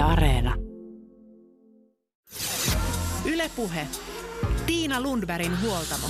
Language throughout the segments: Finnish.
Areena. Yle Puhe. Tiina Lundbergin huoltamo.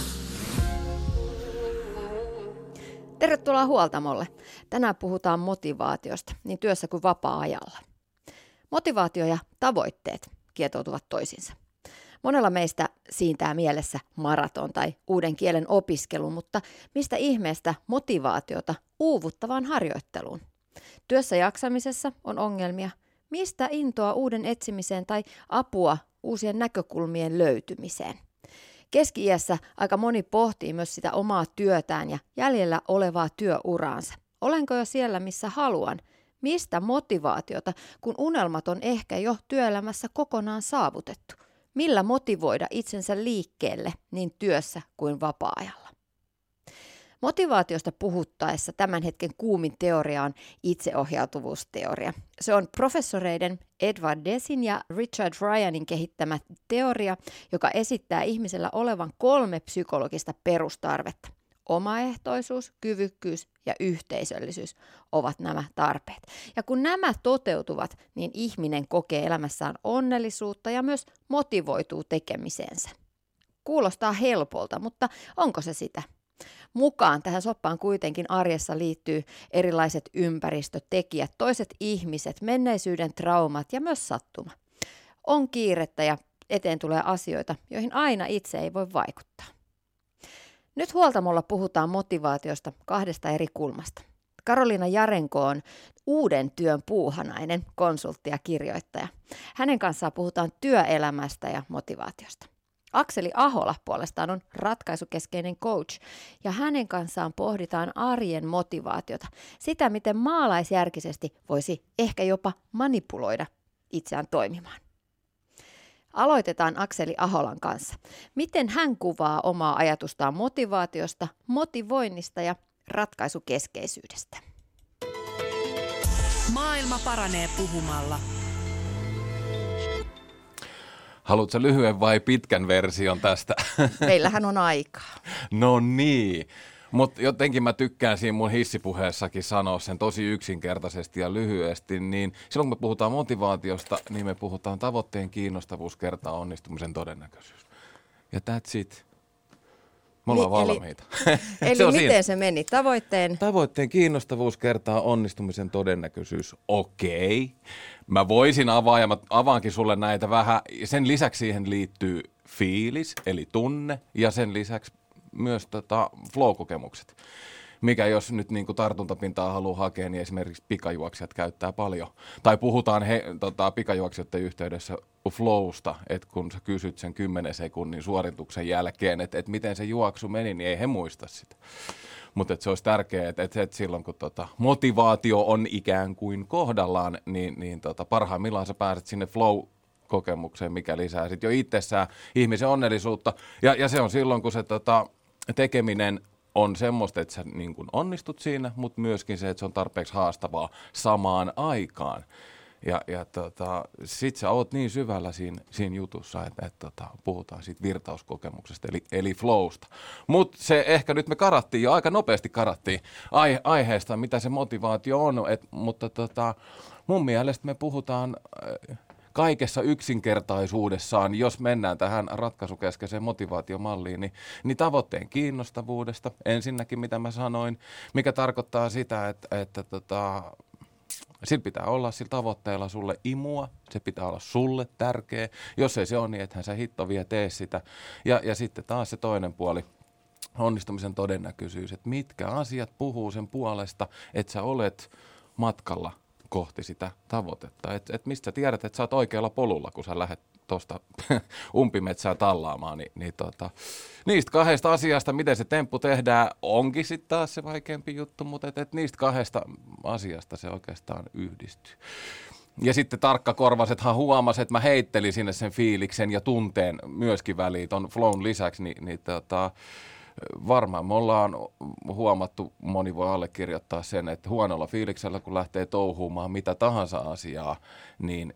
Tervetuloa Huoltamolle. Tänään puhutaan motivaatiosta niin työssä kuin vapaa-ajalla. Motivaatio ja tavoitteet kietoutuvat toisiinsa. Monella meistä siintää mielessä maraton tai uuden kielen opiskelu, mutta mistä ihmeestä motivaatiota uuvuttavaan harjoitteluun? Työssä jaksamisessa on ongelmia. Mistä intoa uuden etsimiseen tai apua uusien näkökulmien löytymiseen? Keski-iässä aika moni pohtii myös sitä omaa työtään ja jäljellä olevaa työuraansa. Olenko jo siellä, missä haluan? Mistä motivaatiota, kun unelmat on ehkä jo työelämässä kokonaan saavutettu? Millä motivoida itsensä liikkeelle niin työssä kuin vapaa-ajalla? Motivaatiosta puhuttaessa tämän hetken kuumin teoria on itseohjautuvuusteoria. Se on professoreiden Edward Desin ja Richard Ryanin kehittämä teoria, joka esittää ihmisellä olevan 3 psykologista perustarvetta. Omaehtoisuus, kyvykkyys ja yhteisöllisyys ovat nämä tarpeet. Ja kun nämä toteutuvat, niin ihminen kokee elämässään onnellisuutta ja myös motivoituu tekemiseensä. Kuulostaa helpolta, mutta onko se sitä? Mukaan tähän soppaan kuitenkin arjessa liittyy erilaiset ympäristötekijät, toiset ihmiset, menneisyyden traumat ja myös sattuma. On kiirettä ja eteen tulee asioita, joihin aina itse ei voi vaikuttaa. Nyt Huoltamolla puhutaan motivaatiosta 2 eri kulmasta. Karoliina Jarenko on uuden työn puuhanainen, konsultti ja kirjoittaja. Hänen kanssaan puhutaan työelämästä ja motivaatiosta. Akseli Ahola puolestaan on ratkaisukeskeinen coach ja hänen kanssaan pohditaan arjen motivaatiota, sitä miten maalaisjärkisesti voisi ehkä jopa manipuloida itseään toimimaan. Aloitetaan Akseli Aholan kanssa. Miten hän kuvaa omaa ajatustaan motivaatiosta, motivoinnista ja ratkaisukeskeisyydestä? Maailma paranee puhumalla. Haluatko lyhyen vai pitkän version tästä? Meillähän on aikaa. No niin, mutta jotenkin mä tykkään siinä mun hissipuheessakin sanoa sen tosi yksinkertaisesti ja lyhyesti, niin silloin kun me puhutaan motivaatiosta, niin me puhutaan tavoitteen kiinnostavuus kertaa onnistumisen todennäköisyys. Ja that's it. Me ollaan valmiita. Eli miten siinä se meni? Tavoitteen kiinnostavuus kertaa onnistumisen todennäköisyys. Okei. Mä voisin avaa ja mä avaankin sulle näitä vähän. Sen lisäksi siihen liittyy fiilis, eli tunne, ja sen lisäksi myös flow-kokemukset. Mikä jos nyt niin kuin tartuntapintaa haluaa hakea, niin esimerkiksi pikajuoksijat käyttää paljon. Tai puhutaan pikajuoksijoiden yhteydessä flowsta, että kun sä kysyt sen 10 sekunnin suorituksen jälkeen, että miten se juoksu meni, niin ei he muista sitä. Mutta se olisi tärkeää, että silloin kun motivaatio on ikään kuin kohdallaan, niin parhaimmillaan sä pääset sinne flow-kokemukseen, mikä lisää sitten jo itsessään ihmisen onnellisuutta. Ja se on silloin, kun se tekeminen on semmoista, että sä niin kun onnistut siinä, mutta myöskin se, että se on tarpeeksi haastavaa samaan aikaan. Ja sit sä oot niin syvällä siinä jutussa, että puhutaan siitä virtauskokemuksesta, eli flowsta. Mutta se ehkä nyt me aika nopeasti karattiin aiheesta, mitä se motivaatio on, mutta mun mielestä me puhutaan kaikessa yksinkertaisuudessaan, jos mennään tähän ratkaisukeskeiseen motivaatiomalliin, niin tavoitteen kiinnostavuudesta ensinnäkin, mitä mä sanoin, mikä tarkoittaa sitä, että sillä pitää olla sillä tavoitteella sulle imua, se pitää olla sulle tärkeä. Jos ei se ole, niin ethän sä hitto vielä tee sitä. Ja sitten taas se toinen puoli, onnistumisen todennäköisyys, että mitkä asiat puhuu sen puolesta, että sä olet matkalla kohti sitä tavoitetta. Et mistä tiedät, että sä oot oikealla polulla, kun sä lähdet tuosta umpimetsää tallaamaan, niistä 2 asiasta, miten se temppu tehdään, onkin sitten taas se vaikeampi juttu, mutta niistä 2 asiasta se oikeastaan yhdistyy. Ja sitten tarkkakorvaisethan huomasi, että mä heittelin sinne sen fiiliksen ja tunteen myöskin väliin ton flown lisäksi, varmaan me ollaan huomattu, moni voi allekirjoittaa sen, että huonolla fiiliksellä, kun lähtee touhuumaan mitä tahansa asiaa, niin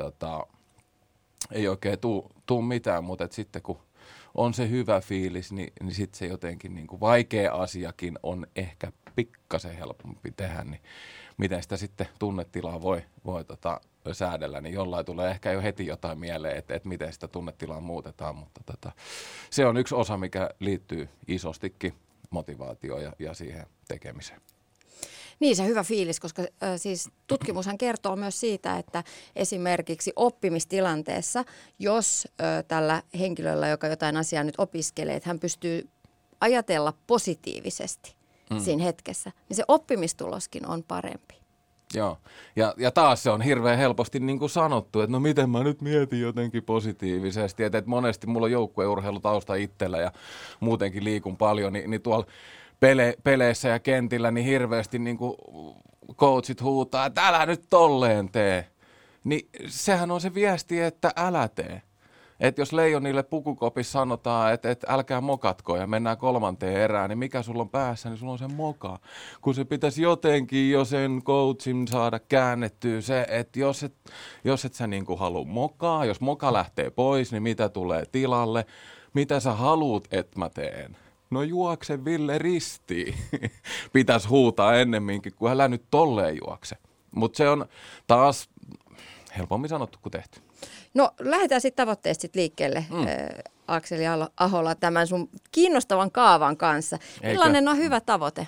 ei oikein tuu mitään, mutta sitten kun on se hyvä fiilis, niin sitten se jotenkin niin kuin vaikea asiakin on ehkä pikkasen helpompi tehdä, niin miten sitä sitten tunnetilaa voi säädellä, niin jollain tulee ehkä jo heti jotain mieleen, että miten sitä tunnetilaa muutetaan, mutta se on yksi osa, mikä liittyy isostikin motivaatioon ja siihen tekemiseen. Niin, se hyvä fiilis, koska siis tutkimushan kertoo myös siitä, että esimerkiksi oppimistilanteessa, jos tällä henkilöllä, joka jotain asiaa nyt opiskelee, että hän pystyy ajatella positiivisesti siinä hetkessä, niin se oppimistuloskin on parempi. Joo, ja taas se on hirveän helposti niin kuin sanottu, että no miten mä nyt mietin jotenkin positiivisesti, että monesti mulla on joukkueurheilutausta itsellä ja muutenkin liikun paljon, niin tuolla peleissä ja kentillä niin hirveästi niin kuin coachit huutaa, että älä nyt tolleen tee. Niin sehän on se viesti, että älä tee. Että jos Leijonille pukukopissa sanotaan, että älkää mokatko ja mennään 3. erään, niin mikä sulla on päässä, niin sulla on se moka. Kun se pitäisi jotenkin jo sen coachin saada käännettyä se, että jos et sä niinku halua mokaa, jos moka lähtee pois, niin mitä tulee tilalle, mitä sä haluut, että mä teen. No juokse Ville ristiin. Pitäisi huutaa ennemminkin, kun älä nyt tolleen juokse. Mutta se on taas helpommin sanottu kuin tehty. No lähdetään sitten tavoitteesta liikkeelle, Akseli Ahola, tämän sun kiinnostavan kaavan kanssa. Millainen on hyvä tavoite?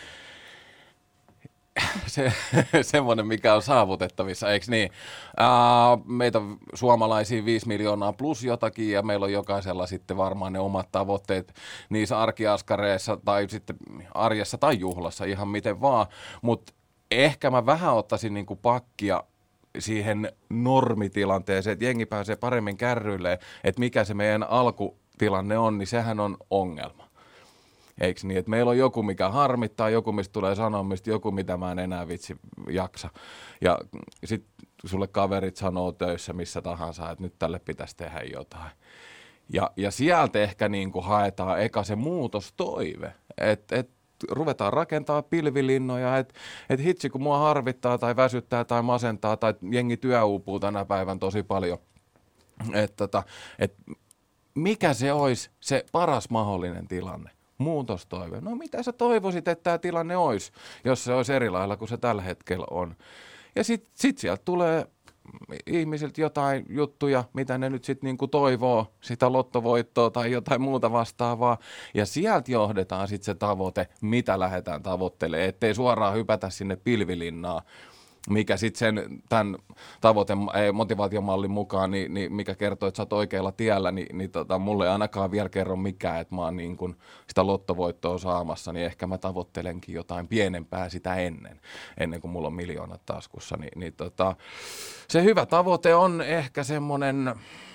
Semmoinen, mikä on saavutettavissa, eikö niin? Meitä suomalaisia 5 miljoonaa plus jotakin ja meillä on jokaisella sitten varmaan ne omat tavoitteet niissä arkiaskareissa tai sitten arjessa tai juhlassa ihan miten vaan, mutta ehkä mä vähän ottaisin niinku pakkia siihen normitilanteeseen, että jengi pääsee paremmin kärryille, että mikä se meidän alkutilanne on, niin sehän on ongelma. Eikö niin, että meillä on joku, mikä harmittaa, joku, mistä tulee sanomista, joku, mitä mä en enää vitsi jaksa. Ja sitten sulle kaverit sanoo töissä missä tahansa, että nyt tälle pitäisi tehdä jotain. Ja sieltä ehkä niin kuin haetaan eka se muutostoive, että ruvetaan rakentaa pilvilinnoja, että hitsi kun mua harvittaa tai väsyttää tai masentaa tai jengi työuupuu tänä päivän tosi paljon, että mikä se olisi se paras mahdollinen tilanne, muutostoive. No mitä sä toivoisit, että tämä tilanne olisi, jos se olisi eri lailla kuin se tällä hetkellä on. Ja sit sieltä tulee ihmisiltä jotain juttuja, mitä ne nyt sitten niinku toivoo, sitä lottovoittoa tai jotain muuta vastaavaa. Ja sieltä johdetaan sitten se tavoite, mitä lähdetään tavoittelemaan, ettei suoraan hypätä sinne pilvilinnaan, mikä sitten tämän motivaatiomallin mukaan, niin mikä kertoo, että sä oot oikealla tiellä, niin mulle ei ainakaan vielä kerro mikään, että mä oon niin kun sitä lottovoittoa saamassa, niin ehkä mä tavoittelenkin jotain pienempää sitä ennen kuin mulla on miljoonat taskussa. Se hyvä tavoite on ehkä semmoinen,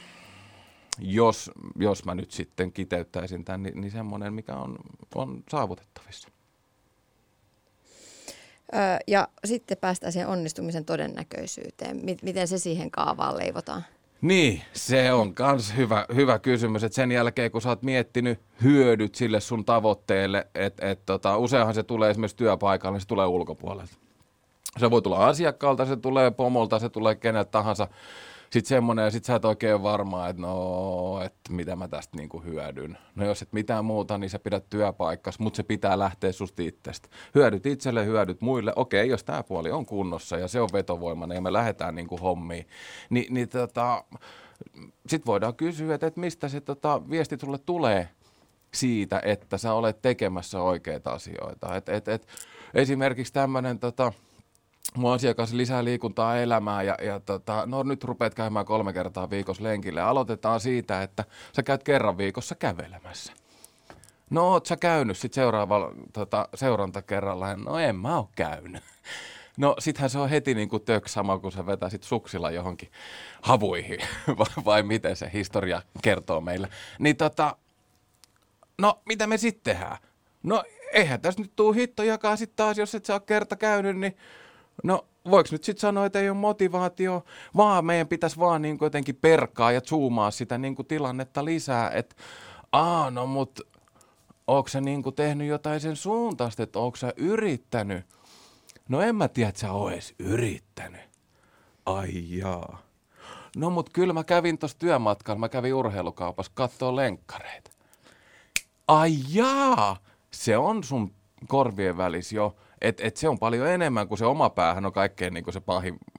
jos mä nyt sitten kiteyttäisin tämän, niin semmoinen, mikä on saavutettavissa. Ja sitten päästään siihen onnistumisen todennäköisyyteen. Miten se siihen kaavaan leivotaan? Niin, se on myös hyvä kysymys, että sen jälkeen kun sä oot miettinyt hyödyt sille sun tavoitteelle, että useinhan se tulee esimerkiksi työpaikalle, niin se tulee ulkopuolelta. Se voi tulla asiakkaalta, se tulee pomolta, se tulee keneltä tahansa. Sitten semmoinen, ja sit sä et oikein ole varmaa, että että mitä mä tästä niinku hyödyn. No jos et mitään muuta, niin sä pidät työpaikkas, mutta se pitää lähteä susta itsestä. Hyödyt itselle, hyödyt muille. Okei, jos tää puoli on kunnossa ja se on vetovoimainen ja me lähdetään niinku hommiin, niin sit voidaan kysyä, että mistä se viesti sulle tulee siitä, että sä olet tekemässä oikeita asioita. Esimerkiksi tämmöinen mun asiakas lisää liikuntaa elämään ja no nyt rupeat käymään 3 kertaa viikossa lenkille. Aloitetaan siitä, että sä käyt kerran viikossa kävelemässä. No oot sä käynyt sit seuraavalla seurantakerralla? No en mä oo käynyt. No sittenhän se on heti niinku sama, kun sä vetäisit suksilla johonkin havuihin, vai miten se historia kertoo meille. Niin no mitä me sitten tehdään? No eihän tässä nyt tuu hittojakaan sit taas, jos et sä oo kerta käynyt, niin no voiko nyt sitten sanoa, että ei ole motivaatio, vaan meidän pitäisi vaan niin jotenkin perkaa ja zoomaa sitä niin tilannetta lisää, että no mut ootko sä niin tehnyt jotain sen suuntaista, että ootko sä yrittänyt? No en mä tiedä, että sä oot edes yrittänyt. Ai jaa. No mut kyllä mä kävin tossa työmatkalla, mä kävin urheilukaupassa kattoo lenkkareita. Ai jaa, se on sun korvien välissä jo. Et se on paljon enemmän kuin se oma päähän on kaikkein niin kuin se pahin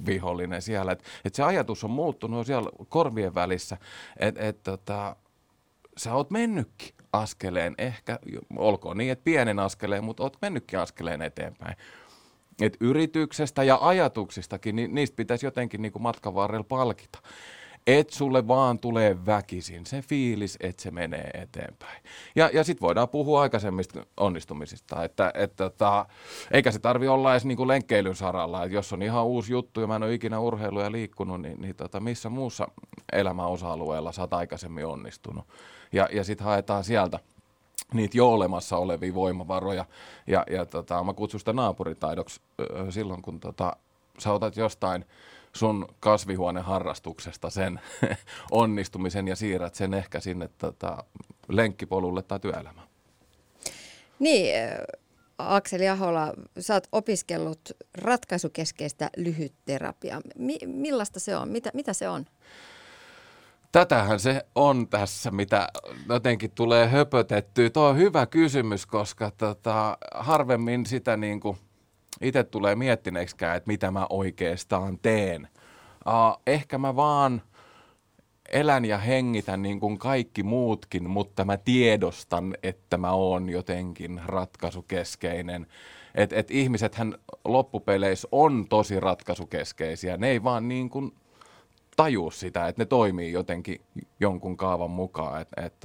vihollinen siellä. Et se ajatus on muuttunut siellä korvien välissä, että sä oot mennytkin askeleen, ehkä olkoon niin, että pienen askeleen, mutta oot mennytkin askeleen eteenpäin. Et yrityksestä ja ajatuksistakin, niin niistä pitäisi jotenkin niin kuin matkan varrella palkita. Et sulle vaan tulee väkisin se fiilis, että se menee eteenpäin. Ja sitten voidaan puhua aikaisemmista onnistumisista, että eikä se tarvitse olla edes niin kuin lenkkeilyn saralla. Et jos on ihan uusi juttu ja mä en ole ikinä urheiluja liikkunut, niin missä muussa elämän osa-alueella sä oot aikaisemmin onnistunut. Ja sitten haetaan sieltä niitä jo olemassa olevia voimavaroja. Ja mä kutsun sitä naapuritaidoksi silloin, kun sä otat jostain sun kasvihuoneharrastuksesta sen onnistumisen ja siirrät sen ehkä sinne lenkkipolulle tai työelämään. Niin, Akseli Ahola, sä oot opiskellut ratkaisukeskeistä lyhytterapiaa. Millaista se on? Mitä se on? Tätähän se on tässä, mitä jotenkin tulee höpötettyä. Tuo on hyvä kysymys, koska harvemmin sitä niin kuin itse tulee miettineeksikään, että mitä mä oikeastaan teen. Ehkä mä vaan elän ja hengitän niin kuin kaikki muutkin, mutta mä tiedostan, että mä oon jotenkin ratkaisukeskeinen. Et ihmisethän loppupeleissä on tosi ratkaisukeskeisiä. Ne ei vaan niin kuin tajuu sitä, että ne toimii jotenkin jonkun kaavan mukaan.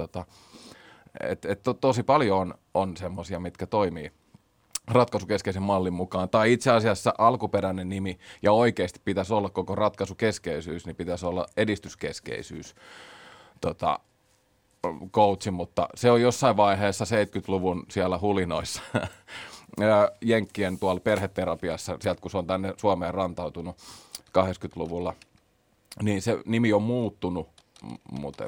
Tosi paljon on semmoisia, mitkä toimii ratkaisukeskeisen mallin mukaan. Tai itse asiassa alkuperäinen nimi, ja oikeasti pitäisi olla koko ratkaisukeskeisyys, niin pitäisi olla edistyskeskeisyys coachi, mutta se on jossain vaiheessa 70-luvun siellä hulinoissa, jenkkien tuolla perheterapiassa, sieltä kun se on tänne Suomeen rantautunut 80-luvulla, niin se nimi on muuttunut, mutta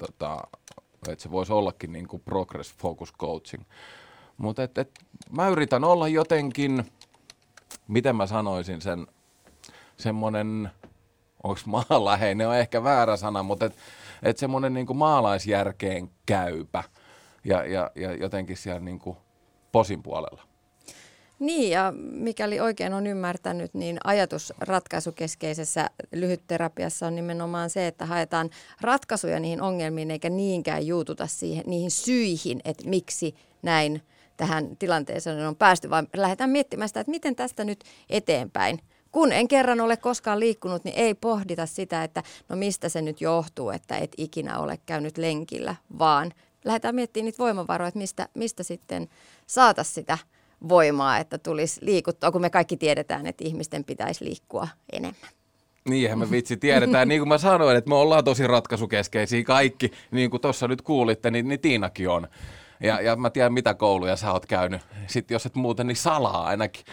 se voisi ollakin niin kuin progress focus coaching. Mutta mä yritän olla jotenkin, miten mä sanoisin sen, semmoinen, onko maanläheinen, on ehkä väärä sana, mutta semmoinen niin kuin maalaisjärkeen käypä ja jotenkin siellä niin kuin posin puolella. Niin, ja mikäli oikein on ymmärtänyt, niin ajatus ratkaisukeskeisessä lyhytterapiassa on nimenomaan se, että haetaan ratkaisuja niihin ongelmiin, eikä niinkään juututa niihin syihin, että miksi näin tähän tilanteeseen on päästy, vaan lähdetään miettimään sitä, että miten tästä nyt eteenpäin. Kun en kerran ole koskaan liikkunut, niin ei pohdita sitä, että no mistä se nyt johtuu, että et ikinä ole käynyt lenkillä, vaan lähdetään miettimään niitä voimavaroja, että mistä sitten saataisiin sitä voimaa, että tulisi liikuttua, kun me kaikki tiedetään, että ihmisten pitäisi liikkua enemmän. Niinhän me vitsi tiedetään. Niin kuin mä sanoin, että me ollaan tosi ratkaisukeskeisiä kaikki. Niin kuin tuossa nyt kuulitte, niin Tiinakin on. Ja mä tiedän, mitä kouluja sä oot käynyt. Sitten jos et muuten, niin salaa ainakin.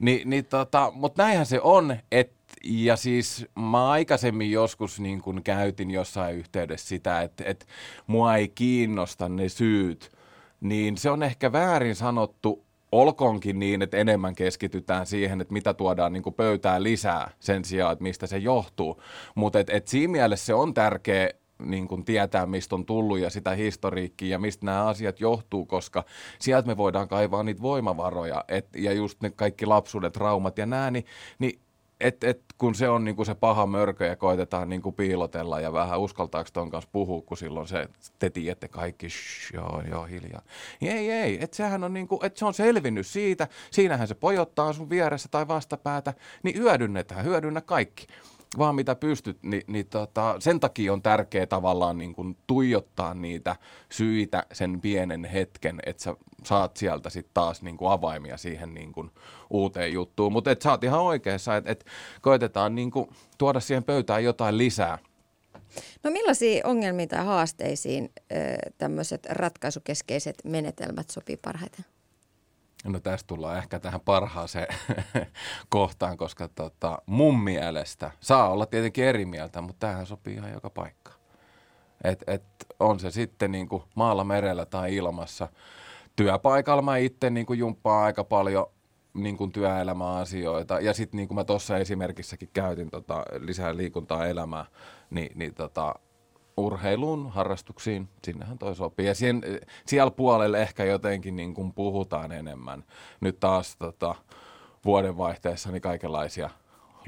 Mutta näinhän se on. Ja siis mä aikaisemmin joskus niin kun käytin jossain yhteydessä sitä, että mua ei kiinnosta ne syyt. Niin se on ehkä väärin sanottu. Olkoonkin niin, että enemmän keskitytään siihen, että mitä tuodaan niin kuin pöytään lisää sen sijaan, että mistä se johtuu. Mutta siinä mielessä se on tärkeä niin kuin tietää, mistä on tullut ja sitä historiikkia ja mistä nämä asiat johtuu, koska sieltä me voidaan kaivaa niitä voimavaroja ja just ne kaikki lapsuuden traumat ja nämä, niin kun se on niinku se paha mörkö ja koitetaan niinku piilotella ja vähän uskaltaako ton kanssa puhua, kun silloin te tiedätte kaikki, joo, hiljaa. Ei, että sehän on niinku, että se on selvinnyt siitä, siinähän se pojottaa sun vieressä tai vastapäätä, niin hyödynnä kaikki. Vaan mitä pystyt, sen takia on tärkeää tavallaan niin kuin tuijottaa niitä syitä sen pienen hetken, että sä saat sieltä sitten taas niin kuin avaimia siihen niin kuin uuteen juttuun. Mutta sä oot ihan oikeassa, että koitetaan niin kuin tuoda siihen pöytään jotain lisää. No millaisiin ongelmiin tai haasteisiin tämmöiset ratkaisukeskeiset menetelmät sopii parhaiten? No tästä tullaan ehkä tähän parhaaseen kohtaan, koska mun mielestä saa olla tietenkin eri mieltä, mutta tämähän sopii ihan joka paikkaan. Et on se sitten niin kuin maalla, merellä tai ilmassa. Työpaikalla mä itse niin kuin jumppaan aika paljon niin kuin työelämäasioita ja sitten niin kuin mä tuossa esimerkissäkin käytin lisää liikuntaa elämään, niin urheiluun, harrastuksiin, sinnehän toi sopii. Ja siellä puolella ehkä jotenkin niin kuin puhutaan enemmän. Nyt taas vuodenvaihteessa niin kaikenlaisia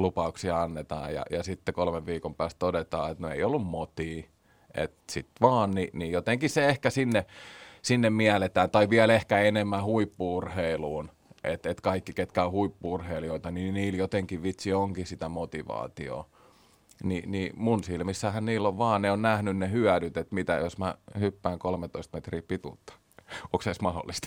lupauksia annetaan ja sitten 3 viikon päästä todetaan, että no ei ollut motia, että sitten vaan, niin jotenkin se ehkä sinne mielletään, tai vielä ehkä enemmän huippu-urheiluun, että kaikki, ketkä on huippu-urheilijoita, niin niillä jotenkin vitsi onkin sitä motivaatiota. Niin mun silmissähän niillä on vaan, ne on nähnyt ne hyödyt, että mitä jos mä hyppään 13 metriä pituutta. Onko se edes mahdollista?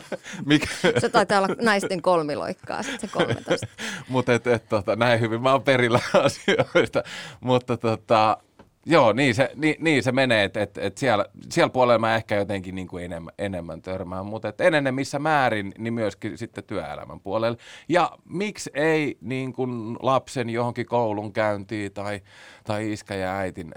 Se taitaa olla naisten kolmiloikkaa, sitten se 13. Mutta näin hyvin mä oon perillä asioista. Mutta joo, niin se menee, että siellä puolella mä ehkä jotenkin niin kuin enemmän törmään, mutta enemmän missä määrin, niin myöskin sitten työelämän puolella. Ja miksi ei niin kuin lapsen johonkin koulun käyntiin tai iskä ja äitin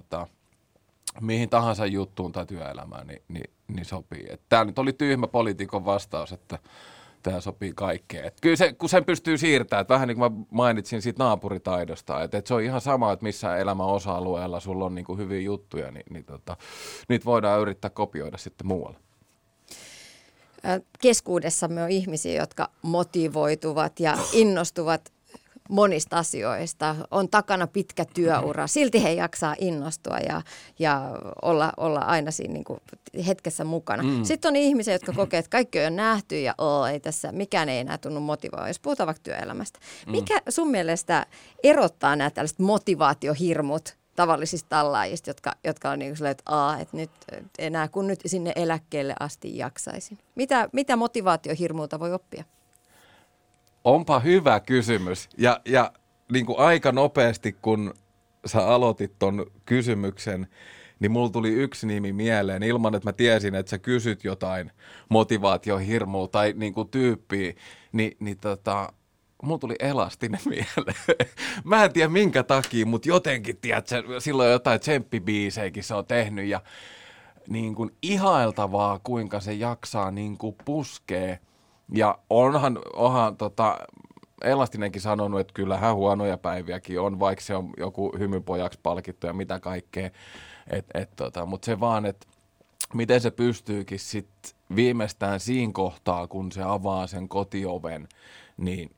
mihin tahansa juttuun tai työelämään, niin sopii. Tämä nyt oli tyhmä poliitikon vastaus, että tämä sopii kaikkeen. Et kyllä kun sen pystyy siirtämään, että vähän niin kuin mä mainitsin siitä naapuritaidosta, että se on ihan sama, että missä elämän osa-alueella sulla on niin kuin hyviä juttuja, niitä voidaan yrittää kopioida sitten muualle. Keskuudessamme on ihmisiä, jotka motivoituvat ja innostuvat monista asioista. On takana pitkä työura. Silti he jaksaa innostua ja olla aina siinä niin kuin hetkessä mukana. Sitten on ihmisiä, jotka kokee, että kaikki on jo nähty ja ei tässä, mikään ei enää tunnu motivoiva, jos puhutaan vaikka työelämästä. Mikä sun mielestä erottaa nämä tällaiset motivaatiohirmut tavallisista tallaajista, jotka on niin kuin että nyt enää kun nyt sinne eläkkeelle asti jaksaisin. Mitä motivaatiohirmuuta voi oppia? Onpa hyvä kysymys. Ja niin kuin aika nopeasti, kun sä aloitit ton kysymyksen, niin mulla tuli yksi nimi mieleen ilman, että mä tiesin, että sä kysyt jotain motivaatiohirmua tai niin kuin tyyppiä, mulla tuli Elastinen mieleen. Mä en tiedä minkä takia, mutta jotenkin, tiedätkö, silloin jotain tsemppibiiseikin se on tehnyt ja niin kuin ihailtavaa, kuinka se jaksaa niin kuin puskee. Ja onhan Elastinenkin sanonut, että kyllähän huonoja päiviäkin on, vaikka se on joku hymypojaksi palkittu ja mitä kaikkea. Mutta se vaan, että miten se pystyykin sitten viimeistään siinä kohtaa, kun se avaa sen kotioven, niin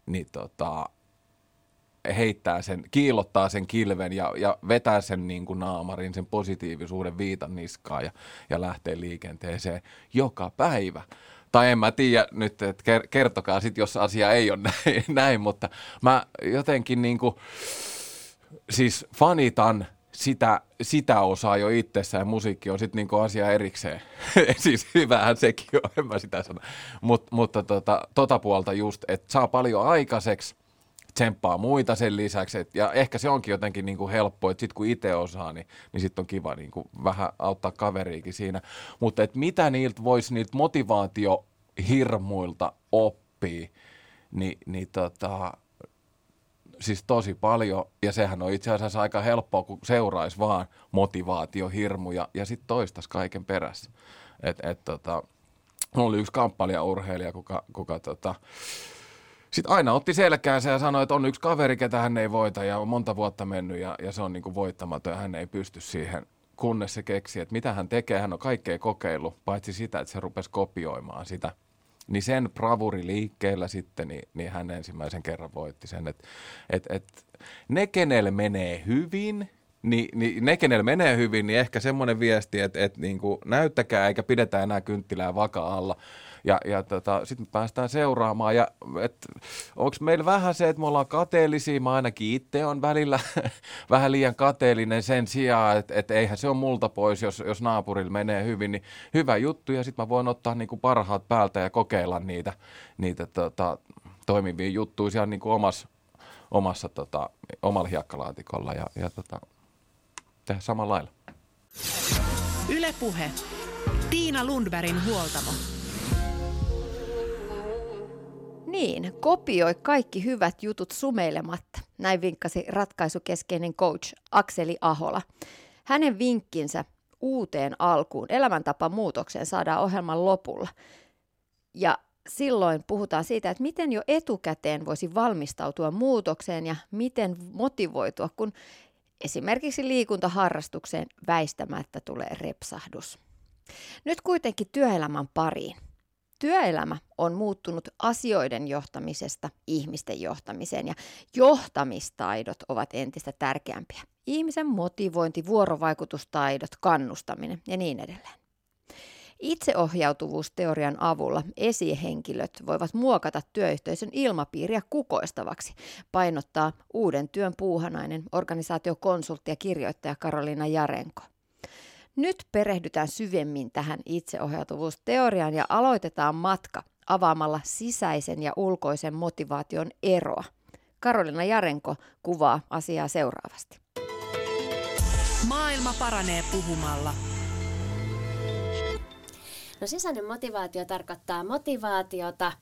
heittää sen, kiillottaa sen kilven ja vetää sen niin kuin naamarin, sen positiivisuuden viitan niskaan ja lähtee liikenteeseen joka päivä. Tai en mä tiedä nyt, että kertokaa sitten, jos asia ei ole näin, mutta mä jotenkin niinku, siis fanitan sitä osaa jo itsessään ja musiikki on sitten niinku asia erikseen. Siis hyvähän sekin on, en mä sitä sano. Mutta puolta just, että saa paljon aikaiseksi, tsemppaa muita sen lisäksi. Ja ehkä se onkin jotenkin niinku helppo, että sitten kun itse osaa, niin sitten on kiva niinku vähän auttaa kaveriikin siinä. Mutta mitä niiltä voisi niiltä motivaatiohirmuilta oppia, siis tosi paljon. Ja sehän on itse asiassa aika helppoa, kun seuraisi vaan motivaatiohirmuja ja sitten toistaisi kaiken perässä. Mulla oli yksi kamppailijaurheilija, kuka sitten aina otti selkäänsä ja sanoi, että on yksi kaveri, ketä hän ei voita ja on monta vuotta mennyt ja se on niin kuin voittamaton ja hän ei pysty siihen, kunnes se keksi, että mitä hän tekee. Hän on kaikkea kokeillut, paitsi sitä, että se rupesi kopioimaan sitä. Niin sen bravuriliikkeellä sitten, niin hän ensimmäisen kerran voitti sen, että ne, kenelle menee hyvin, niin ehkä semmoinen viesti, että niin kuin näyttäkää eikä pidetä enää kynttilää vaka-alla. Ja sitten me päästään seuraamaan. Ja onko meillä vähän se, että me ollaan kateellisia? Mä ainakin itse on välillä vähän liian kateellinen sen sijaan, että eihän se ole multa pois, jos naapurilla menee hyvin. Niin hyvä juttu ja sitten mä voin ottaa niinku parhaat päältä ja kokeilla niitä toimivia juttuja siellä niinku omalla hiekkalaatikolla ja tehdä samalla lailla. Yle Puhe. Tiina Lundbergin huoltamo. Niin, kopioi kaikki hyvät jutut sumeilematta. Näin vinkkasi ratkaisukeskeinen coach Akseli Ahola. Hänen vinkkinsä uuteen alkuun, elämäntapamuutokseen saadaan ohjelman lopulla. Ja silloin puhutaan siitä, että miten jo etukäteen voisi valmistautua muutokseen ja miten motivoitua, kun esimerkiksi liikuntaharrastukseen väistämättä tulee repsahdus. Nyt kuitenkin työelämän pariin. Työelämä on muuttunut asioiden johtamisesta ihmisten johtamiseen ja johtamistaidot ovat entistä tärkeämpiä. Ihmisen motivointi, vuorovaikutustaidot, kannustaminen ja niin edelleen. Itseohjautuvuusteorian avulla esihenkilöt voivat muokata työyhteisön ilmapiiriä kukoistavaksi, painottaa uuden työn puuhanainen organisaatiokonsultti ja kirjoittaja Karoliina Jarenko. Nyt perehdytään syvemmin tähän itseohjautuvuusteoriaan ja aloitetaan matka avaamalla sisäisen ja ulkoisen motivaation eroa. Karoliina Jarenko kuvaa asiaa seuraavasti. Maailma paranee puhumalla. No sisäinen motivaatio tarkoittaa motivaatiota,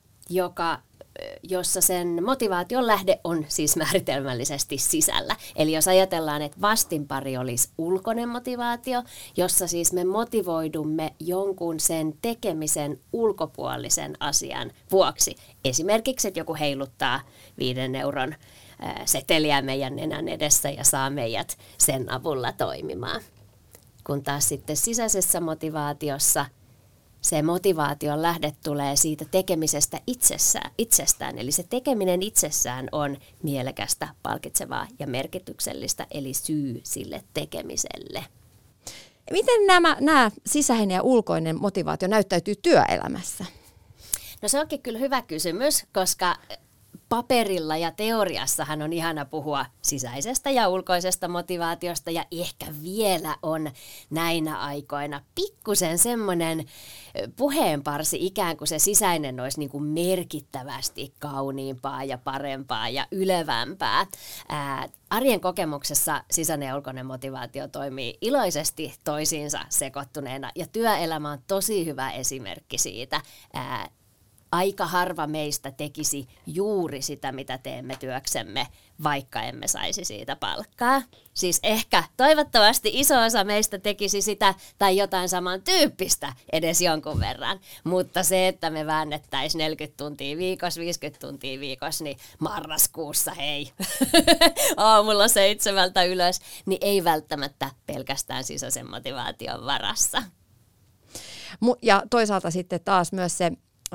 jossa sen motivaation lähde on siis määritelmällisesti sisällä. Eli jos ajatellaan, että vastinpari olisi ulkoinen motivaatio, jossa siis me motivoidumme jonkun sen tekemisen ulkopuolisen asian vuoksi. Esimerkiksi, että joku heiluttaa 5 euron seteliä meidän nenän edessä ja saa meidät sen avulla toimimaan. Kun taas sitten sisäisessä motivaatiossa se motivaation lähde tulee siitä tekemisestä itsestään. Eli se tekeminen itsessään on mielekästä, palkitsevaa ja merkityksellistä, eli syy sille tekemiselle. Miten nämä sisäinen ja ulkoinen motivaatio näyttäytyy työelämässä? No se onkin kyllä hyvä kysymys, koska paperilla ja teoriassahan on ihana puhua sisäisestä ja ulkoisesta motivaatiosta ja ehkä vielä on näinä aikoina pikkusen semmoinen puheenparsi ikään kuin se sisäinen olisi niin kuin merkittävästi kauniimpaa ja parempaa ja ylevämpää. Arjen kokemuksessa sisäinen ja ulkoinen motivaatio toimii iloisesti toisiinsa sekoittuneena ja työelämä on tosi hyvä esimerkki siitä. Aika harva meistä tekisi juuri sitä, mitä teemme työksemme, vaikka emme saisi siitä palkkaa. Siis ehkä toivottavasti iso osa meistä tekisi sitä tai jotain samantyyppistä edes jonkun verran. Mutta se, että me väännettäisiin 40 tuntia viikossa, 50 tuntia viikossa, niin marraskuussa hei, aamulla 7 ylös, niin ei välttämättä pelkästään sisäisen motivaation varassa. Ja toisaalta sitten taas myös se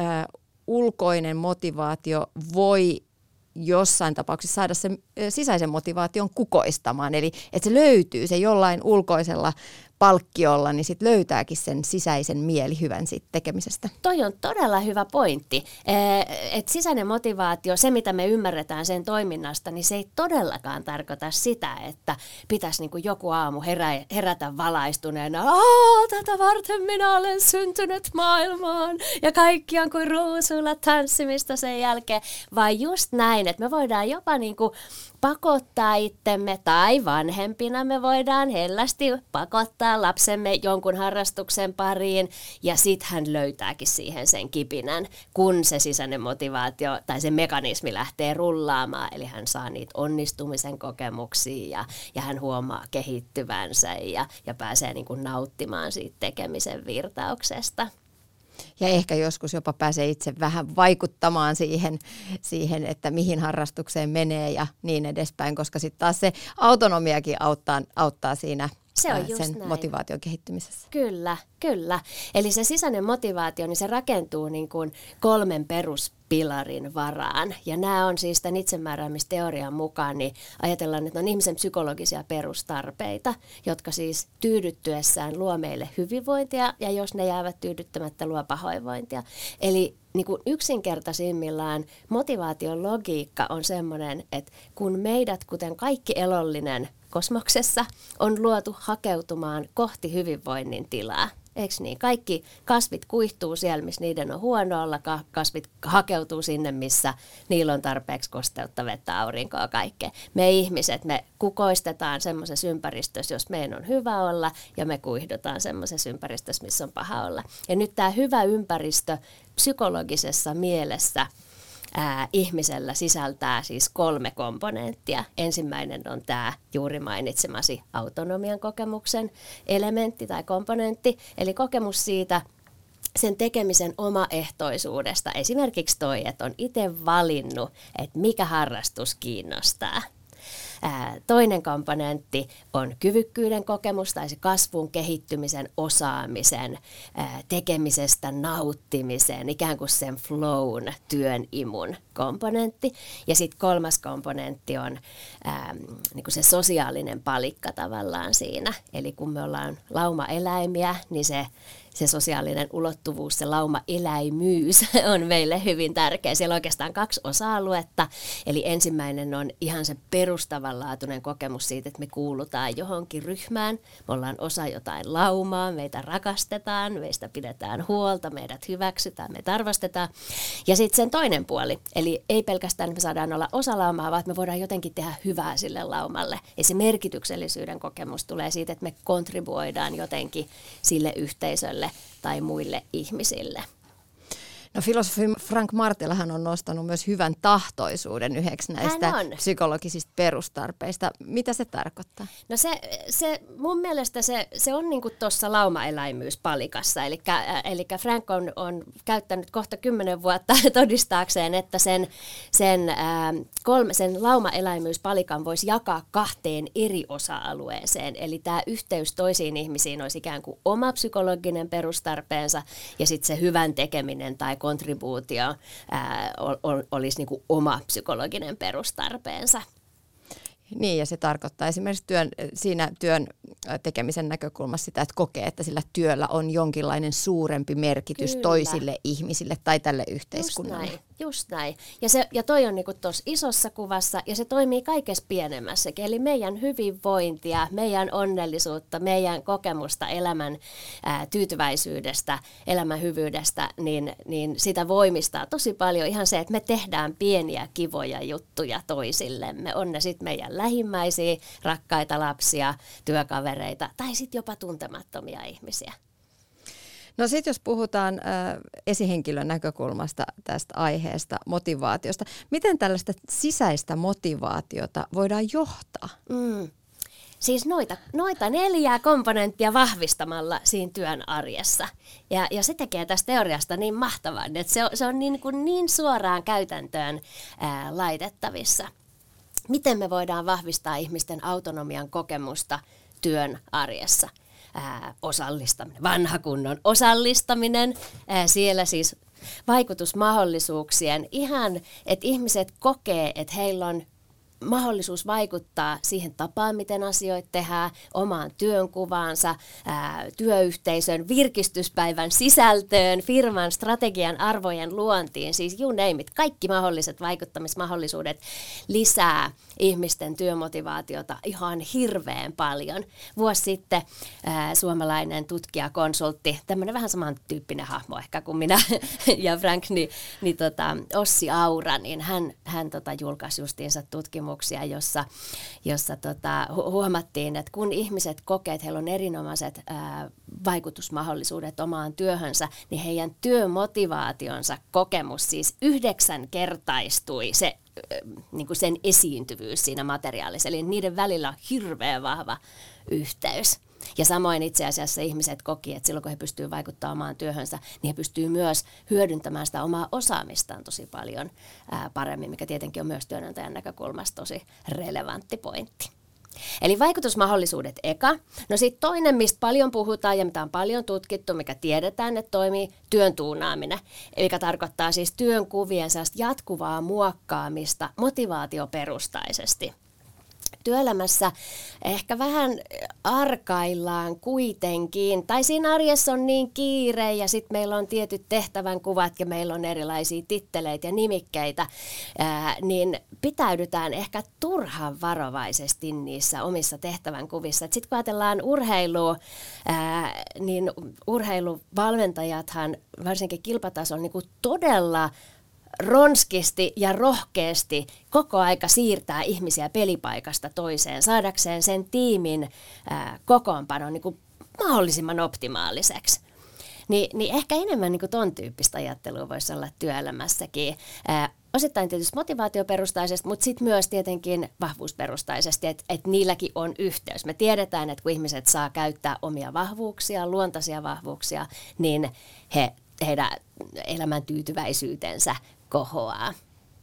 ulkoinen motivaatio voi jossain tapauksessa saada sen sisäisen motivaation kukoistamaan. Eli että se löytyy se jollain ulkoisella palkkiolla, niin sitten löytääkin sen sisäisen mielihyvän siitä tekemisestä. Toi on todella hyvä pointti. Että sisäinen motivaatio, se mitä me ymmärretään sen toiminnasta, niin se ei todellakaan tarkoita sitä, että pitäisi niin kuin joku aamu herätä valaistuneena. Tätä varten minä olen syntynyt maailmaan ja kaikki on kuin ruusuilla tanssimista sen jälkeen. Vai just näin, että me voidaan jopa niin kuin pakottaa itsemme tai vanhempina me voidaan hellästi pakottaa lapsemme jonkun harrastuksen pariin ja sitten hän löytääkin siihen sen kipinän, kun se sisäinen motivaatio tai se mekanismi lähtee rullaamaan. Eli hän saa niitä onnistumisen kokemuksia ja hän huomaa kehittyvänsä ja pääsee niin kuin nauttimaan siitä tekemisen virtauksesta. Ja ehkä joskus jopa pääsee itse vähän vaikuttamaan siihen, että mihin harrastukseen menee ja niin edespäin, koska sitten taas se autonomiakin auttaa siinä sen motivaation kehittymisessä. Kyllä. Eli se sisäinen motivaatio, niin se rakentuu niin kuin 3 peruspilarin varaan. Ja nämä on siis tämän itsemääräämisteorian mukaan, niin ajatellaan, että ne on ihmisen psykologisia perustarpeita, jotka siis tyydyttyessään luo meille hyvinvointia, ja jos ne jäävät tyydyttämättä, luo pahoinvointia. Eli niin kuin yksinkertaisimmillaan motivaation logiikka on semmoinen, että kun meidät, kuten kaikki elollinen kosmoksessa, on luotu hakeutumaan kohti hyvinvoinnin tilaa. Eikö niin? Kaikki kasvit kuihtuu siellä, missä niiden on huono olla. Kasvit hakeutuu sinne, missä niillä on tarpeeksi kosteutta, vettä, aurinkoa, kaikkea. Me ihmiset, me kukoistetaan semmoisessa ympäristössä, jos meidän on hyvä olla, ja me kuihdutaan semmoisessa ympäristössä, missä on paha olla. Ja nyt tämä hyvä ympäristö psykologisessa mielessä ihmisellä sisältää siis 3 komponenttia. Ensimmäinen on tämä juuri mainitsemasi autonomian kokemuksen elementti tai komponentti, eli kokemus siitä sen tekemisen omaehtoisuudesta. Esimerkiksi toi, että on itse valinnut, että mikä harrastus kiinnostaa. Toinen komponentti on kyvykkyyden kokemus tai se kasvun, kehittymisen, osaamisen, tekemisestä nauttimisen, ikään kuin sen flown, työn imun komponentti. Ja sitten kolmas komponentti on niin kuin se sosiaalinen palikka tavallaan siinä. Eli kun me ollaan laumaeläimiä, niin se sosiaalinen ulottuvuus, se laumaeläimyys on meille hyvin tärkeä. Siellä on oikeastaan 2 osa-aluetta. Eli ensimmäinen on ihan se perustavanlaatuinen kokemus siitä, että me kuulutaan johonkin ryhmään. Me ollaan osa jotain laumaa, meitä rakastetaan, meistä pidetään huolta, meidät hyväksytään, meitä arvostetaan. Ja sitten sen toinen puoli, eli ei pelkästään me saadaan olla osa laumaa, vaan me voidaan jotenkin tehdä hyvää sille laumalle. Ja se merkityksellisyyden kokemus tulee siitä, että me kontribuoidaan jotenkin sille yhteisölle tai muille ihmisille. No filosofi Frank Martelahan on nostanut myös hyvän tahtoisuuden yhdeksi näistä psykologisista perustarpeista. Mitä se tarkoittaa? No se mun mielestä se on niinku tuossa laumaeläimyyspalikassa. Eli Frank on käyttänyt kohta 10 vuotta todistaakseen, että sen laumaeläimyyspalikan voisi jakaa 2 eri osa-alueeseen. Eli tämä yhteys toisiin ihmisiin olisi ikään kuin oma psykologinen perustarpeensa ja sitten se hyvän tekeminen tai kontribuutio olisi niin kuin oma psykologinen perustarpeensa. Niin, ja se tarkoittaa esimerkiksi työn tekemisen näkökulmassa sitä, että kokee, että sillä työllä on jonkinlainen suurempi merkitys Kyllä. toisille ihmisille tai tälle yhteiskunnalle. Just näin. Ja toi on niinku tuossa isossa kuvassa, ja se toimii kaikessa pienemmässäkin. Eli meidän hyvinvointia, meidän onnellisuutta, meidän kokemusta elämän tyytyväisyydestä, elämän hyvyydestä, niin sitä voimistaa tosi paljon ihan se, että me tehdään pieniä kivoja juttuja toisillemme. On ne sitten meidän lähimmäisiä, rakkaita lapsia, työkavereita tai sitten jopa tuntemattomia ihmisiä. No sitten jos puhutaan esihenkilön näkökulmasta tästä aiheesta, motivaatiosta, miten tällaista motivaatiota voidaan johtaa? Siis noita 4 komponenttia vahvistamalla siinä työn arjessa. Ja se tekee tästä teoriasta niin mahtavan, että se on niin suoraan käytäntöön laitettavissa. Miten me voidaan vahvistaa ihmisten autonomian kokemusta työn arjessa? Osallistaminen, vanha kunnon osallistaminen, siellä siis vaikutusmahdollisuuksien ihan, että ihmiset kokee, että heillä on mahdollisuus vaikuttaa siihen tapaan, miten asioita tehdään, omaan työnkuvaansa, työyhteisön, virkistyspäivän sisältöön, firman strategian arvojen luontiin, siis you name it, kaikki mahdolliset vaikuttamismahdollisuudet lisää ihmisten työmotivaatiota ihan hirveän paljon. Vuosi sitten suomalainen tutkijakonsultti, tämmöinen vähän samantyyppinen hahmo ehkä kuin minä ja Frank, Ossi Aura, niin hän julkaisi justiinsa tutkimuksia, jossa huomattiin, että kun ihmiset kokee, että heillä on erinomaiset vaikutusmahdollisuudet omaan työhönsä, niin heidän työmotivaationsa kokemus siis 9-kertaistui se niin kuin sen esiintyvyys siinä materiaalissa. Eli niiden välillä on hirveän vahva yhteys. Ja samoin itse asiassa ihmiset koki, että silloin kun he pystyvät vaikuttamaan omaan työhönsä, niin he pystyvät myös hyödyntämään sitä omaa osaamistaan tosi paljon paremmin, mikä tietenkin on myös työnantajan näkökulmasta tosi relevantti pointti. Eli vaikutusmahdollisuudet eka. No sitten toinen, mistä paljon puhutaan ja mitä on paljon tutkittu, mikä tiedetään, että toimii, työn tuunaaminen. Eli tarkoittaa siis työnkuvien jatkuvaa muokkaamista motivaatioperustaisesti. Työelämässä ehkä vähän arkaillaan kuitenkin, tai siinä arjessa on niin kiire ja sitten meillä on tietyt tehtävänkuvat ja meillä on erilaisia titteleitä ja nimikkeitä, niin pitäydytään ehkä turhan varovaisesti niissä omissa tehtävänkuvissa. Sitten kun ajatellaan urheilua, niin urheiluvalmentajathan varsinkin kilpatasolla niin kuin todella ronskisti ja rohkeasti koko aika siirtää ihmisiä pelipaikasta toiseen, saadakseen sen tiimin kokoonpanon niin kuin mahdollisimman optimaaliseksi. Niin ehkä enemmän niin kuin ton tyyppistä ajattelua voisi olla työelämässäkin. Osittain tietysti motivaatioperustaisesti, mutta sitten myös tietenkin vahvuusperustaisesti, että niilläkin on yhteys. Me tiedetään, että kun ihmiset saa käyttää omia vahvuuksia, luontaisia vahvuuksia, niin heidän elämäntyytyväisyytensä kohoaa.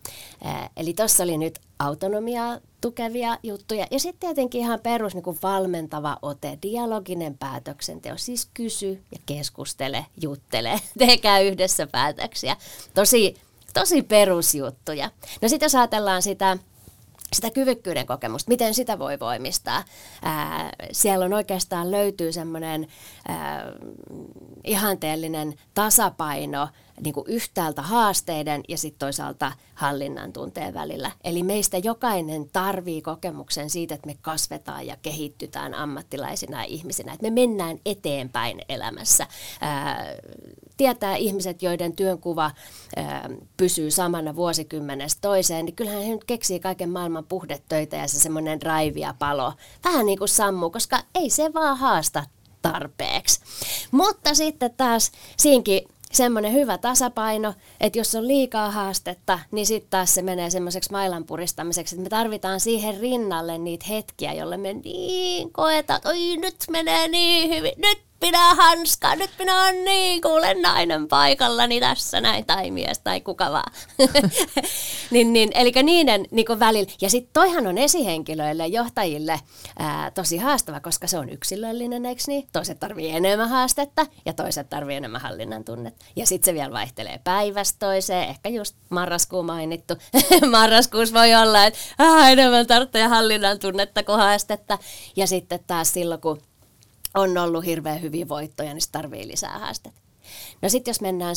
Eli tuossa oli nyt autonomiaa tukevia juttuja. Ja sitten tietenkin ihan perus niin kuin valmentava ote, dialoginen päätöksenteko. Siis kysy ja keskustele, juttele, tehkää yhdessä päätöksiä. Tosi perusjuttuja. No sitten jos ajatellaan sitä kyvykkyyden kokemusta, miten sitä voi voimistaa. Siellä on oikeastaan löytyy semmoinen ihanteellinen tasapaino niin kuin yhtäältä haasteiden ja sitten toisaalta hallinnan tunteen välillä. Eli meistä jokainen tarvii kokemuksen siitä, että me kasvetaan ja kehittytään ammattilaisina ja ihmisinä, että me mennään eteenpäin elämässä. Tietää ihmiset, joiden työnkuva pysyy samana vuosikymmenestä toiseen, niin kyllähän he nyt keksii kaiken maailman puhdetöitä ja se semmoinen drive ja palo vähän niin kuin sammuu, koska ei se vaan haasta tarpeeksi. Mutta sitten taas siinkin semmoinen hyvä tasapaino, että jos on liikaa haastetta, niin sitten taas se menee semmoiseksi mailan puristamiseksi, että me tarvitaan siihen rinnalle niitä hetkiä, jolle me niin koetaan, että oi nyt menee niin hyvin, nyt pidä hanskaa, nyt minä olen niin kuulen nainen paikallani tässä näin, tai mies tai kuka vaan. Eli niiden niin välillä. Ja sitten toihan on esihenkilöille, johtajille tosi haastava, koska se on yksilöllinen, eikö niin? Toiset tarvii enemmän haastetta ja toiset tarvii enemmän hallinnan tunnetta. Ja sitten se vielä vaihtelee päivästä toiseen, ehkä just marraskuu mainittu. Marraskuussa voi olla, että enemmän tarvitsee hallinnan tunnetta kuin haastetta. Ja sitten taas silloin, kun on ollut hirveän hyviä voittoja, niin se tarvii lisää haastetta. No sitten jos mennään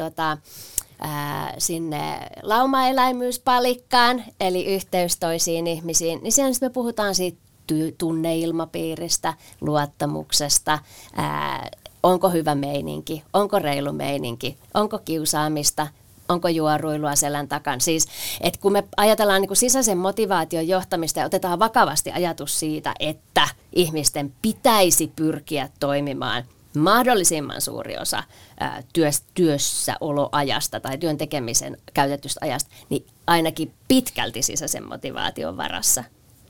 sinne laumaeläimyyspalikkaan, eli yhteys toisiin ihmisiin, niin siellä me puhutaan siitä tunneilmapiiristä, luottamuksesta, onko hyvä meininki, onko reilu meininki, onko kiusaamista, onko juoruilua selän takan. Siis, että kun me ajatellaan niin kuin sisäisen motivaation johtamista ja otetaan vakavasti ajatus siitä, että ihmisten pitäisi pyrkiä toimimaan mahdollisimman suuri osa työssäoloajasta tai työn tekemisen käytetystä ajasta, niin ainakin pitkälti sisäisen motivaation varassa.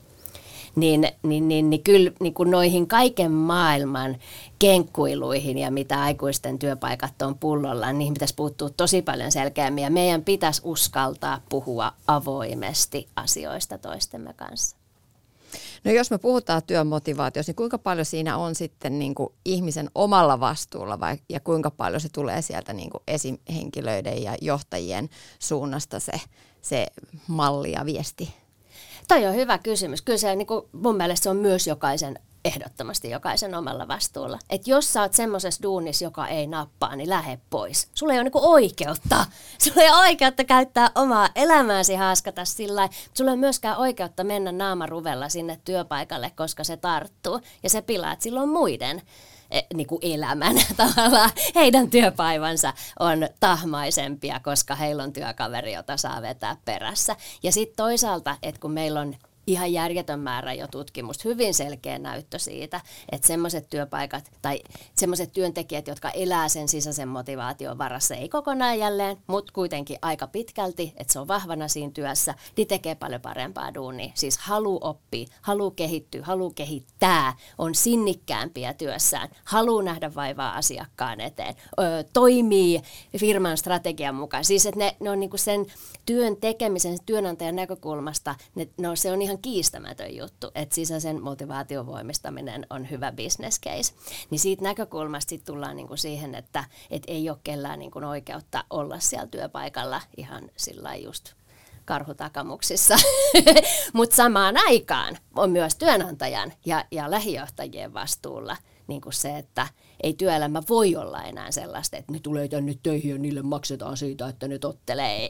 Niin kyllä niin kuin noihin kaiken maailman kenkkuiluihin ja mitä aikuisten työpaikat on pullolla, niin niihin pitäisi puuttua tosi paljon selkeämmin ja meidän pitäisi uskaltaa puhua avoimesti asioista toistemme kanssa. No jos me puhutaan työmotivaatiosta, niin kuinka paljon siinä on sitten niin kuin ihmisen omalla vastuulla ja kuinka paljon se tulee sieltä niin kuin esihenkilöiden ja johtajien suunnasta se malli ja viesti? Toi on hyvä kysymys. Kyllä se, niin kuin mun mielestä se on myös ehdottomasti jokaisen omalla vastuulla. Että jos sä oot semmoisessa duunissa, joka ei nappaa, niin lähde pois. Sulla ei ole niin kuin oikeutta. Sulla ei ole oikeutta käyttää omaa elämääsi haaskata sillä lailla. Sulla ei ole myöskään oikeutta mennä naamaruvella sinne työpaikalle, koska se tarttuu. Ja se pilaa, että silloin muiden niin kuin elämän tavallaan. Heidän työpäivänsä on tahmaisempia, koska heillä on työkaveri, jota saa vetää perässä. Ja sitten toisaalta, että kun meillä on ihan järjetön määrä jo tutkimusta, hyvin selkeä näyttö siitä, että semmoiset työpaikat tai semmoiset työntekijät, jotka elää sen sisäisen motivaation varassa, ei kokonaan jälleen, mutta kuitenkin aika pitkälti, että se on vahvana siinä työssä, niin tekee paljon parempaa duunia. Siis haluu oppia, haluu kehittyä, haluu kehittää, on sinnikkäämpiä työssään, haluu nähdä vaivaa asiakkaan eteen, toimii firman strategian mukaan. Siis että ne on niinku sen työn tekemisen, työnantajan näkökulmasta, se on ihan kiistämätön juttu, että sisäisen motivaation voimistaminen on hyvä business case. Niin siitä näkökulmasta sit tullaan niinku siihen, että ei ole kellään niinku oikeutta olla siellä työpaikalla ihan sillä just karhutakamuksissa. Mutta samaan aikaan on myös työnantajan ja lähijohtajien vastuulla niinku se, että ei työelämä voi olla enää sellaista, että ne tulee tänne töihin ja niille maksetaan siitä, että ne tottelee.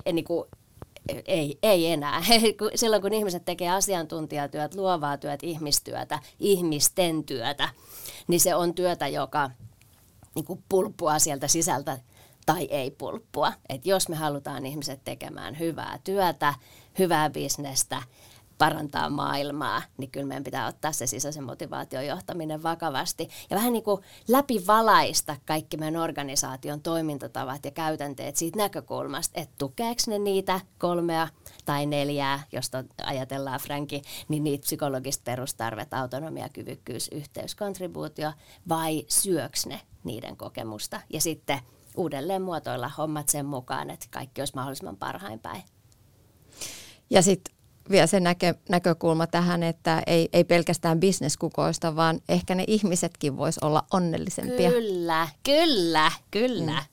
Ei enää. Silloin kun ihmiset tekee asiantuntijatyöt, luovaa työtä, ihmistyötä, ihmisten työtä, niin se on työtä, joka niin kuin pulppua sieltä sisältä tai ei pulppua. Et jos me halutaan ihmiset tekemään hyvää työtä, hyvää bisnestä, parantaa maailmaa, niin kyllä meidän pitää ottaa se sisäisen motivaation johtaminen vakavasti ja vähän niin kuin läpivalaista kaikki meidän organisaation toimintatavat ja käytänteet siitä näkökulmasta, että tukeeko ne niitä 3 tai 4, josta ajatellaan Franki, niin niitä psykologista perustarvet, autonomia, kyvykkyys, yhteys, kontribuutio, vai syöks ne niiden kokemusta ja sitten uudelleen muotoilla hommat sen mukaan, että kaikki olisi mahdollisimman parhain päin. Ja sitten vielä se näkökulma tähän, että ei pelkästään bisneskukoista, vaan ehkä ne ihmisetkin vois olla onnellisempia. Kyllä.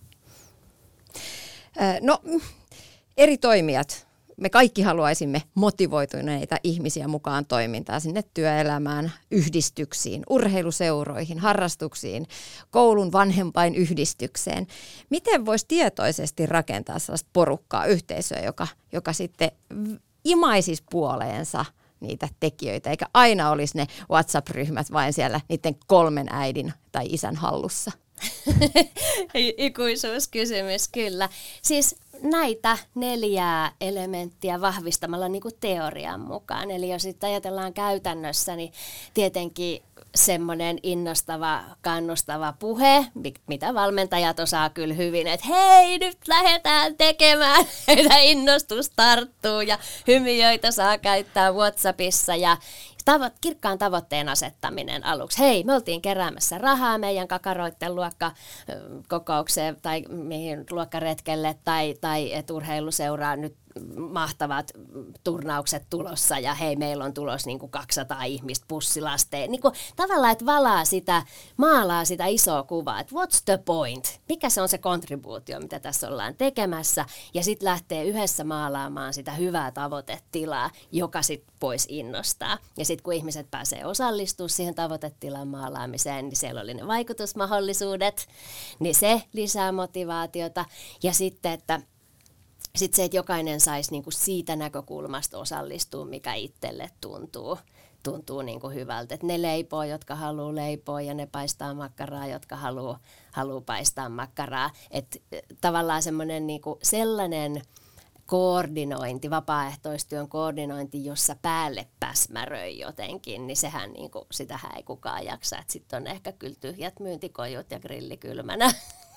No, eri toimijat. Me kaikki haluaisimme motivoituneita ihmisiä mukaan toimintaan sinne työelämään, yhdistyksiin, urheiluseuroihin, harrastuksiin, koulun vanhempainyhdistykseen. Miten voisi tietoisesti rakentaa sellaista porukkaa, yhteisöä, joka sitten imaisisi puoleensa niitä tekijöitä, eikä aina olisi ne WhatsApp-ryhmät vain siellä niiden 3 äidin tai isän hallussa? Ikuisuuskysymys, kyllä. Siis näitä 4 elementtiä vahvistamalla niin kuin teorian mukaan. Eli jos sitten ajatellaan käytännössä, niin tietenkin semmoinen innostava, kannustava puhe, mitä valmentajat osaa kyllä hyvin, että hei, nyt lähdetään tekemään, että innostus tarttuu ja hymiöitä saa käyttää WhatsAppissa ja kirkkaan tavoitteen asettaminen aluksi. Hei, me oltiin keräämässä rahaa meidän kakaroitten luokkakokoukseen tai mihin luokkaretkelle tai et urheiluseuraa nyt mahtavat turnaukset tulossa ja hei, meillä on tulossa niin kuin 200 ihmistä bussilasteen. Niin kuin tavallaan, että maalaa sitä isoa kuvaa, että what's the point? Mikä se on se kontribuutio, mitä tässä ollaan tekemässä? Ja sitten lähtee yhdessä maalaamaan sitä hyvää tavoitetilaa, joka sitten voisi innostaa. Ja sitten kun ihmiset pääsee osallistumaan siihen tavoitetilan maalaamiseen, niin siellä oli ne vaikutusmahdollisuudet, niin se lisää motivaatiota. Ja sitten, että se, että jokainen saisi niinku siitä näkökulmasta osallistua, mikä itselle tuntuu niinku hyvältä. Et ne leipoo, jotka haluaa leipoa, ja ne paistaa makkaraa, jotka haluaa paistaa makkaraa. Et tavallaan semmoinen niinku sellainen koordinointi, vapaaehtoistyön koordinointi, jossa päälle päsmäröi jotenkin, niin sehän niinku, sitähän ei kukaan jaksa. Sitten on ehkä kyllä tyhjät myyntikojut ja grilli kylmänä.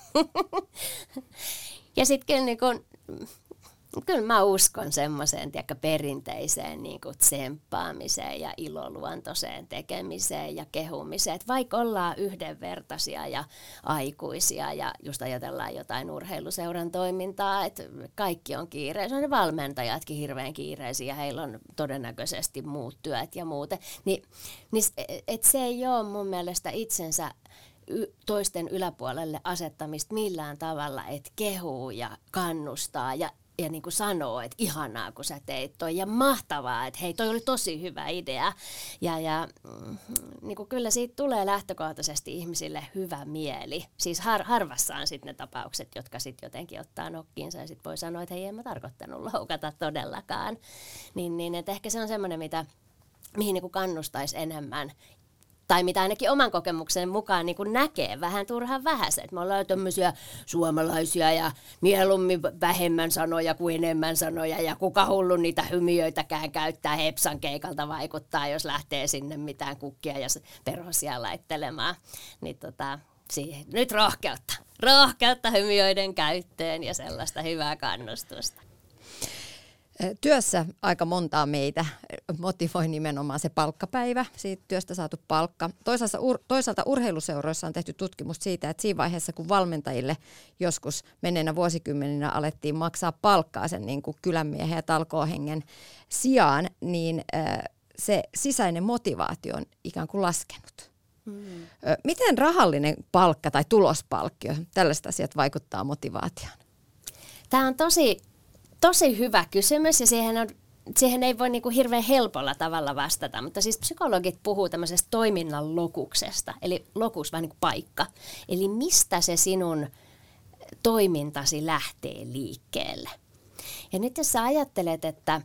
Ja sitten kyllä mä uskon semmoiseen perinteiseen niin kuin tsemppaamiseen ja iloluontoiseen tekemiseen ja kehumiseen. Että vaikka ollaan yhdenvertaisia ja aikuisia ja just ajatellaan jotain urheiluseuran toimintaa, että kaikki on kiireisiä, ne valmentajatkin hirveän kiireisiä ja heillä on todennäköisesti muut työt ja muuten. Niin et se ei ole mun mielestä itsensä toisten yläpuolelle asettamista millään tavalla, että kehuu ja kannustaa ja niin kuin sanoo, että ihanaa kun sä teit toi ja mahtavaa, että hei toi oli tosi hyvä idea ja niin kuin kyllä siitä tulee lähtökohtaisesti ihmisille hyvä mieli. Siis harvassa on sitten ne tapaukset, jotka sitten jotenkin ottaa nokkiinsa ja sitten voi sanoa, että hei en mä tarkoittanut loukata todellakaan. Niin että ehkä se on semmoinen, mihin niin kuin kannustaisi enemmän. Tai mitä ainakin oman kokemuksen mukaan niin kuin näkee vähän turhan vähäiset. Me ollaan tämmöisiä suomalaisia ja mieluummin vähemmän sanoja kuin enemmän sanoja. Ja kuka hullu niitä hymiöitäkään käyttää Hepsan keikalta vaikuttaa, jos lähtee sinne mitään kukkia ja perhosia laittelemaan. Niin siihen nyt rohkeutta hymiöiden käyttöön ja sellaista hyvää kannustusta. Työssä aika montaa meitä motivoi nimenomaan se palkkapäivä, siitä työstä saatu palkka. Toisaalta urheiluseuroissa on tehty tutkimus siitä, että siinä vaiheessa, kun valmentajille joskus menneenä vuosikymmeninä alettiin maksaa palkkaa sen niin kuin kylänmiehen ja talkoohengen sijaan, niin se sisäinen motivaatio on ikään kuin laskenut. Miten rahallinen palkka tai tulospalkkio, tällaiset asiat vaikuttaa motivaatioon? Tämä on tosi hyvä kysymys ja siihen ei voi niinku hirveän helpolla tavalla vastata, mutta siis psykologit puhuu tämmöisestä toiminnan lokuksesta, eli lokus vaan niinku paikka. Eli mistä se sinun toimintasi lähtee liikkeelle. Ja nyt jos sä ajattelet, että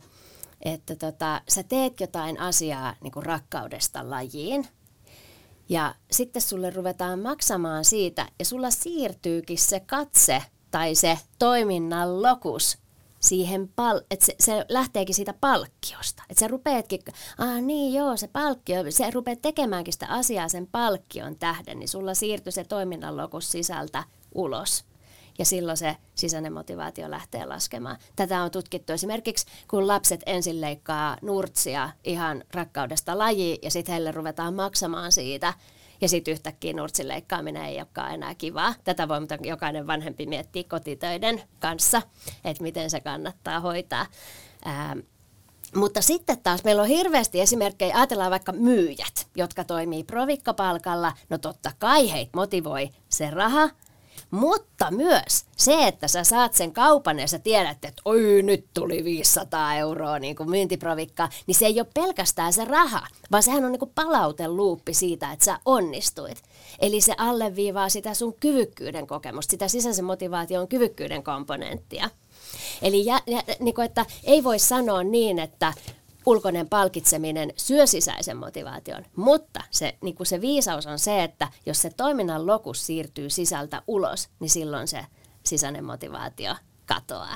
sä teet jotain asiaa niinku rakkaudesta lajiin, ja sitten sulle ruvetaan maksamaan siitä, ja sulla siirtyykin se katse tai se toiminnan lokus siihen, että se lähteekin siitä palkkiosta. Että sä rupeatkin, se palkkio, sä rupeat tekemäänkin sitä asiaa sen palkkion tähden, niin sulla siirtyy se toiminnan lokus sisältä ulos. Ja silloin se sisäinen motivaatio lähtee laskemaan. Tätä on tutkittu esimerkiksi, kun lapset ensin leikkaa nurtsia ihan rakkaudesta lajiin, ja sitten heille ruvetaan maksamaan siitä. Ja sitten yhtäkkiä nurtsin leikkaaminen ei olekaan enää kivaa. Tätä voi jokainen vanhempi miettiä kotitöiden kanssa, että miten se kannattaa hoitaa. Mutta sitten taas meillä on hirveästi esimerkkejä, ajatellaan vaikka myyjät, jotka toimii provikkapalkalla. No totta kai heitä motivoi se raha, mutta myös se, että sä saat sen kaupan ja sä tiedät, että oi nyt tuli 500 € niin kuin myyntiprovikkaa, niin se ei ole pelkästään se raha, vaan sehän on niin kuin palauteluuppi siitä, että sä onnistuit. Eli se alleviivaa sitä sun kyvykkyyden kokemusta, sitä sisäisen motivaation kyvykkyyden komponenttia. Eli niin kuin, että ei voi sanoa niin, että ulkoinen palkitseminen syö sisäisen motivaation, mutta niin kuin se viisaus on se, että jos se toiminnan lokus siirtyy sisältä ulos, niin silloin se sisäinen motivaatio katoaa.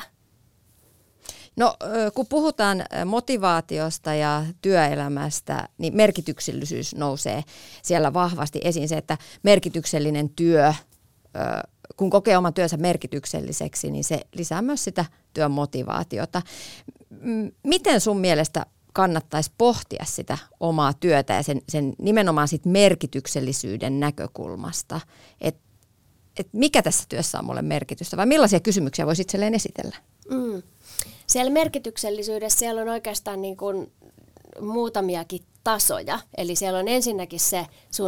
No, kun puhutaan motivaatiosta ja työelämästä, niin merkityksellisyys nousee siellä vahvasti esiin. Se, että merkityksellinen työ, kun kokee oman työnsä merkitykselliseksi, niin se lisää myös sitä työn motivaatiota. Miten sun mielestä kannattaisi pohtia sitä omaa työtä ja sen nimenomaan sit merkityksellisyyden näkökulmasta, että mikä tässä työssä on mulle merkitystä vai millaisia kysymyksiä voisi itselleen esitellä? Siellä merkityksellisyydessä siellä on oikeastaan niin kuin muutamiakin tasoja. Eli siellä on ensinnäkin se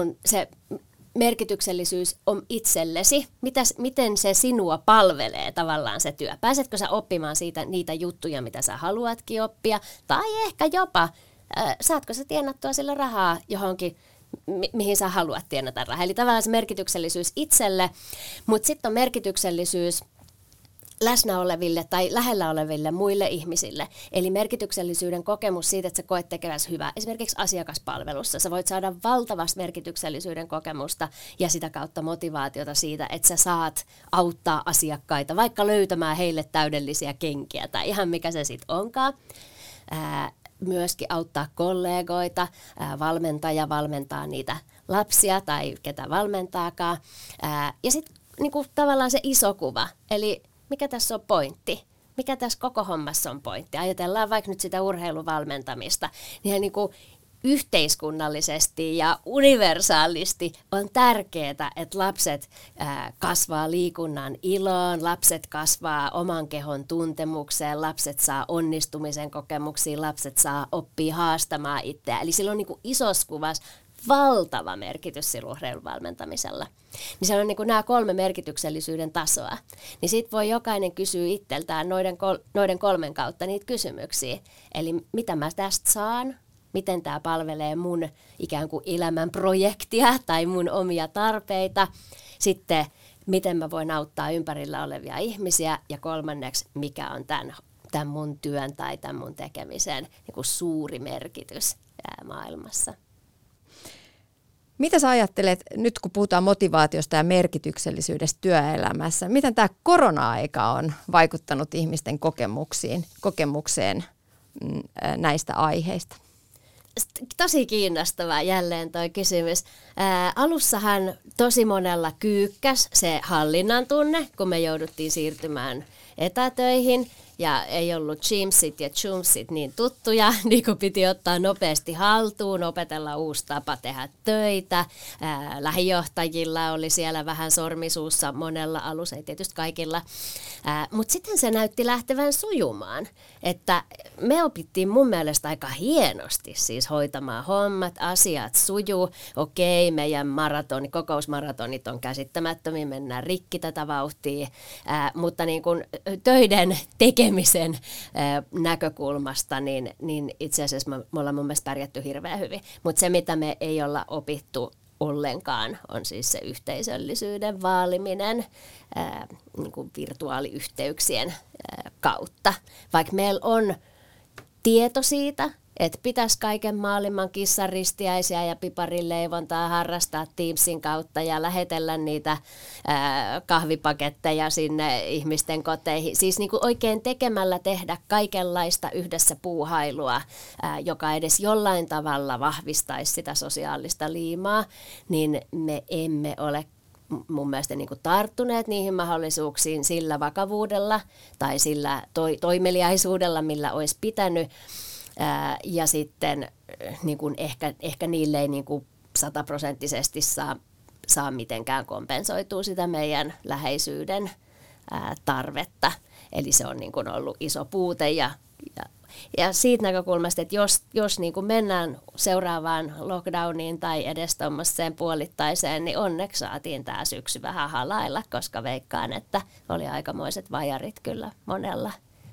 merkityksellisyys on itsellesi, miten se sinua palvelee tavallaan se työ. Pääsetkö sä oppimaan siitä niitä juttuja, mitä sä haluatkin oppia, tai ehkä jopa saatko sä tienattua sillä rahaa johonkin, mihin sä haluat tienata rahaa. Eli tavallaan se merkityksellisyys itselle, mutta sitten on merkityksellisyys läsnä oleville tai lähellä oleville muille ihmisille. Eli merkityksellisyyden kokemus siitä, että sä koet tekeväsi hyvää. Esimerkiksi asiakaspalvelussa sä voit saada valtavasti merkityksellisyyden kokemusta ja sitä kautta motivaatiota siitä, että sä saat auttaa asiakkaita vaikka löytämään heille täydellisiä kenkiä tai ihan mikä se sitten onkaan. Myöskin auttaa kollegoita, valmentaja valmentaa niitä lapsia tai ketä valmentaakaan. Ja sitten niinku, tavallaan se iso kuva, eli mikä tässä on pointti? Mikä tässä koko hommassa on pointti? Ajatellaan vaikka nyt sitä urheiluvalmentamista. Niin kuin yhteiskunnallisesti ja universaalisti on tärkeää, että lapset kasvaa liikunnan iloon, lapset kasvaa oman kehon tuntemukseen, lapset saa onnistumisen kokemuksiin, lapset saa oppia haastamaan itseään. Eli sillä on niin kuin isossa kuvassa valtava merkitys sillä urheiluvalmentamisella. Niin se on niin kuin nämä 3 merkityksellisyyden tasoa. Niin sitten voi jokainen kysyä itseltään noiden 3 kautta niitä kysymyksiä. Eli mitä mä tästä saan? Miten tämä palvelee mun ikään kuin elämän projektia tai mun omia tarpeita? Sitten miten mä voin auttaa ympärillä olevia ihmisiä? Ja 3, mikä on tämän mun työn tai tämän mun tekemisen niin kuin suuri merkitys maailmassa? Mitä sä ajattelet, nyt kun puhutaan motivaatiosta ja merkityksellisyydestä työelämässä, miten tämä korona-aika on vaikuttanut ihmisten kokemukseen näistä aiheista? Tosi kiinnostavaa jälleen toi kysymys. Alussahan tosi monella kyykkäs se hallinnan tunne, kun me jouduttiin siirtymään etätöihin. Ja ei ollut Teamsit ja Zoomsit niin tuttuja, niin kuin piti ottaa nopeasti haltuun, opetella uusi tapa tehdä töitä. Lähijohtajilla oli siellä vähän sormisuussa monella alussa, ei tietysti kaikilla. Mutta sitten se näytti lähtevän sujumaan, että me opittiin mun mielestä aika hienosti siis hoitamaan hommat, asiat sujuu. Okei, meidän kokousmaratonit on käsittämättömiä, mennään rikki tätä vauhtia, mutta niin kun töiden tekemisen näkökulmasta, niin itse asiassa me ollaan mun mielestä pärjätty hirveän hyvin. Mutta se, mitä me ei olla opittu ollenkaan, on siis se yhteisöllisyyden vaaliminen niin kuin virtuaaliyhteyksien kautta. Vaikka meillä on tieto siitä, että pitäisi kaiken maailman kissaristiäisiä ja piparilleivontaa harrastaa Teamsin kautta ja lähetellä niitä kahvipaketteja sinne ihmisten koteihin. Siis niin kuin oikein tekemällä tehdä kaikenlaista yhdessä puuhailua, joka edes jollain tavalla vahvistaisi sitä sosiaalista liimaa, niin me emme ole mun mielestä niin kuin tarttuneet niihin mahdollisuuksiin sillä vakavuudella tai sillä toimeliaisuudella, millä olisi pitänyt. Ja sitten niin kuin ehkä niille ei niin kuin 100% saa mitenkään kompensoitua sitä meidän läheisyyden tarvetta. Eli se on niin kuin ollut iso puute ja Ja siitä näkökulmasta, että jos niin kuin mennään seuraavaan lockdowniin tai edes tuommoiseen puolittaiseen, niin onneksi saatiin tämä syksy vähän halailla, koska veikkaan, että oli aikamoiset vajarit kyllä monella.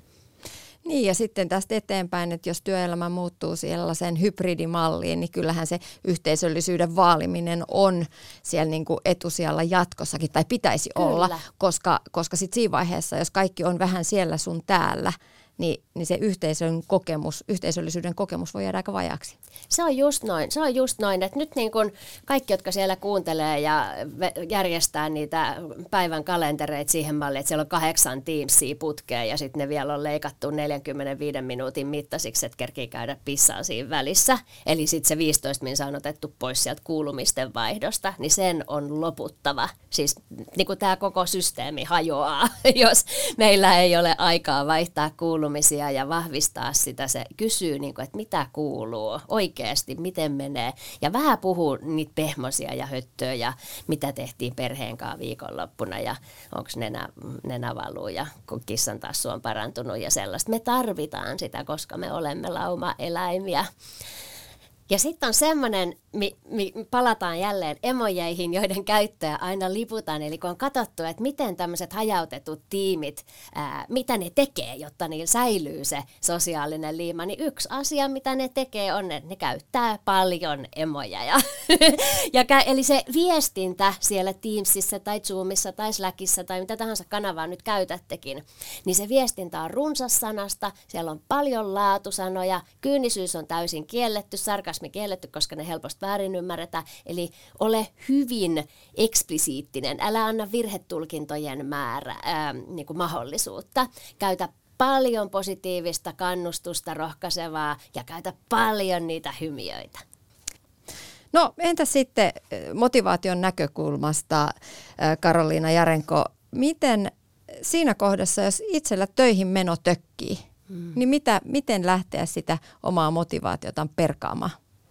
Niin ja sitten tästä eteenpäin, että jos työelämä muuttuu sellaiseen hybridimalliin, niin kyllähän se yhteisöllisyyden vaaliminen on siellä niin kuin etusijalla jatkossakin, tai pitäisi olla, koska sitten siinä vaiheessa, jos kaikki on vähän siellä sun täällä, niin se yhteisöllisyyden kokemus voi jäädä aika vajaaksi. Se on just noin, että nyt niin kun kaikki, jotka siellä kuuntelee ja järjestää niitä päivän kalentereita siihen malliin, että siellä on 8 Teamsia putkeen ja sitten ne vielä on leikattu 45 minuutin mittaisiksi, että kerkii käydä pissaa siinä välissä. Eli sitten se 15 minsa on otettu pois sieltä kuulumisten vaihdosta, niin sen on loputtava. Siis niin kuin tämä koko systeemi hajoaa, jos meillä ei ole aikaa vaihtaa kuulumisia ja vahvistaa sitä. Se kysyy, niin kuin, että mitä kuuluu oikeasti, miten menee. Ja vähän puhuu niitä pehmosia ja höttöä ja mitä tehtiin perheen kanssa viikonloppuna ja onko nenä valuu ja kun kissan tassu on parantunut ja sellaista. Me tarvitaan sitä, koska me olemme laumaeläimiä. Ja sitten on semmoinen, palataan jälleen emojeihin, joiden käyttöä aina liputaan. Eli kun on katsottu, että miten tämmöiset hajautetut tiimit, mitä ne tekee, jotta niillä säilyy se sosiaalinen liima, niin yksi asia, mitä ne tekee, on, että ne käyttää paljon emoja. Eli se viestintä siellä Teamsissa tai Zoomissa tai Slackissa tai mitä tahansa kanavaa nyt käytättekin, niin se viestintä on runsassanasta, siellä on paljon laatusanoja, kyynisyys on täysin kielletty, sarkasmi kielletty, koska ne helposti väärin ymmärretään. Eli ole hyvin eksplisiittinen, älä anna virhetulkintojen niin kuin mahdollisuutta. Käytä paljon positiivista kannustusta, rohkaisevaa ja käytä paljon niitä hymiöitä. No entä sitten motivaation näkökulmasta, Karoliina Jarenko, miten siinä kohdassa, jos itsellä töihin meno tökkii, niin miten lähteä sitä omaa motivaatiotaan perkaamaan?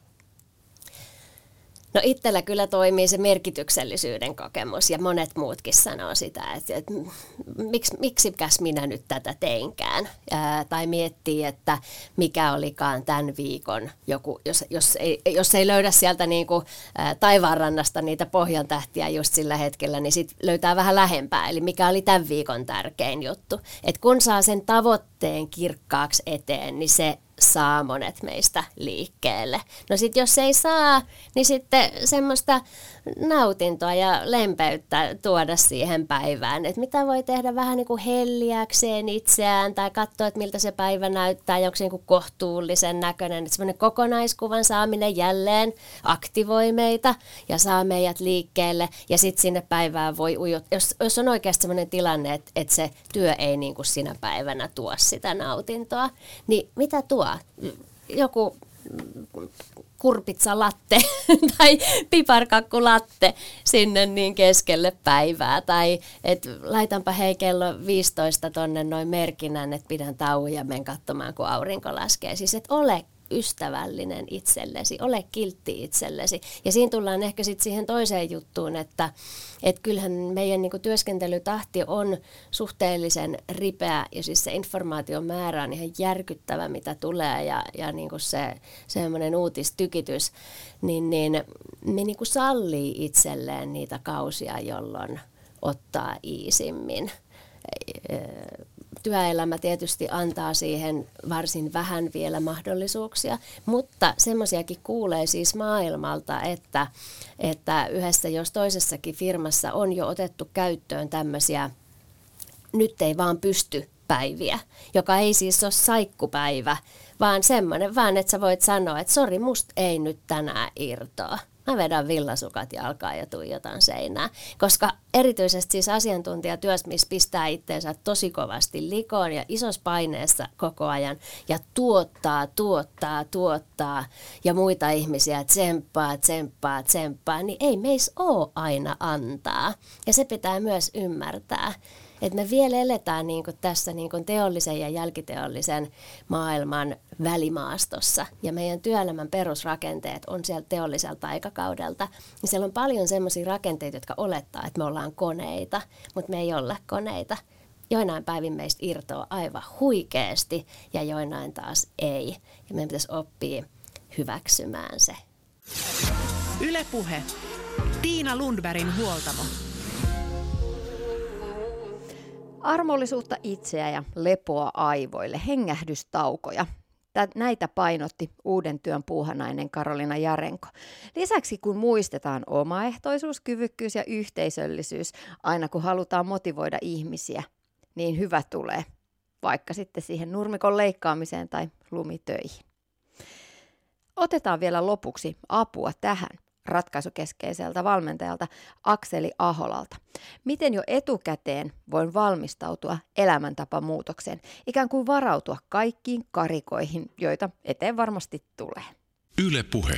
No itsellä kyllä toimii se merkityksellisyyden kokemus ja monet muutkin sanoo sitä, että miksikäs minä nyt tätä teinkään. Tai miettii, että mikä olikaan tämän viikon joku, jos ei löydä sieltä niin kuin taivaanrannasta niitä pohjantähtiä just sillä hetkellä, niin sitten löytää vähän lähempää. Eli mikä oli tämän viikon tärkein juttu. Et kun saa sen tavoitteen kirkkaaksi eteen, niin se saa monet meistä liikkeelle. No sitten jos ei saa, niin sitten semmoista nautintoa ja lempeyttä tuoda siihen päivään. Että mitä voi tehdä vähän niin kuin helliäkseen itseään tai katsoa, että miltä se päivä näyttää ja onko se niin kuin kohtuullisen näköinen. Että semmoinen kokonaiskuvan saaminen jälleen aktivoi meitä ja saa meidät liikkeelle ja sitten sinne päivään voi ujuttaa. Jos on oikeasti semmoinen tilanne, että se työ ei niin kuin sinä päivänä tuo sitä nautintoa, niin mitä tuo? Joku kurpitsalatte tai piparkakkulatte sinne niin keskelle päivää. Tai että laitanpa hei kello 15 tonne noin merkinnän, että pidän tauon ja menen katsomaan, kun aurinko laskee. Siis että ole ystävällinen itsellesi, ole kiltti itsellesi. Ja siinä tullaan ehkä sitten siihen toiseen juttuun, että kyllähän meidän niinku työskentelytahti on suhteellisen ripeä ja siis se informaation määrä on ihan järkyttävä, mitä tulee ja niinku se semmoinen uutistykitys, niin ne niinku sallii itselleen niitä kausia, jolloin ottaa iisimmin. Työelämä tietysti antaa siihen varsin vähän vielä mahdollisuuksia, mutta semmoisiakin kuulee siis maailmalta, että yhdessä jos toisessakin firmassa on jo otettu käyttöön tämmöisiä nyt ei vaan pysty päiviä, joka ei siis ole saikkupäivä, vaan semmoinen vaan, että sä voit sanoa, että sori, musta ei nyt tänään irtoa. Mä vedän villasukat jalkaan ja tuijotan seinää, koska erityisesti siis asiantuntijatyössä, missä pistää itteensä tosi kovasti likoon ja isossa paineessa koko ajan ja tuottaa ja muita ihmisiä tsemppaa, niin ei meissä ole aina antaa. Ja se pitää myös ymmärtää. Että me vielä eletään niin kuin tässä niin kuin teollisen ja jälkiteollisen maailman välimaastossa. Ja meidän työelämän perusrakenteet on sieltä teolliselta aikakaudelta. Ja siellä on paljon sellaisia rakenteita, jotka olettaa, että me ollaan koneita, mutta me ei olla koneita. joinain päivin meistä irtoaa aivan huikeasti ja joinain taas ei. Ja meidän pitäisi oppia hyväksymään se. Yle Puhe. Tiina Lundbergin huoltamo. Armollisuutta itseä ja lepoa aivoille, hengähdystaukoja. Näitä painotti uuden työn puuhanainen Karolina Jarenko. Lisäksi kun muistetaan omaehtoisuus, kyvykkyys ja yhteisöllisyys, aina kun halutaan motivoida ihmisiä, niin hyvä tulee, vaikka sitten siihen nurmikon leikkaamiseen tai lumitöihin. Otetaan vielä lopuksi apua tähän ratkaisukeskeiseltä valmentajalta Akseli Aholalta. Miten jo etukäteen voin valmistautua elämäntapamuutokseen, ikään kuin varautua kaikkiin karikoihin, joita eteen varmasti tulee? Yle Puhe.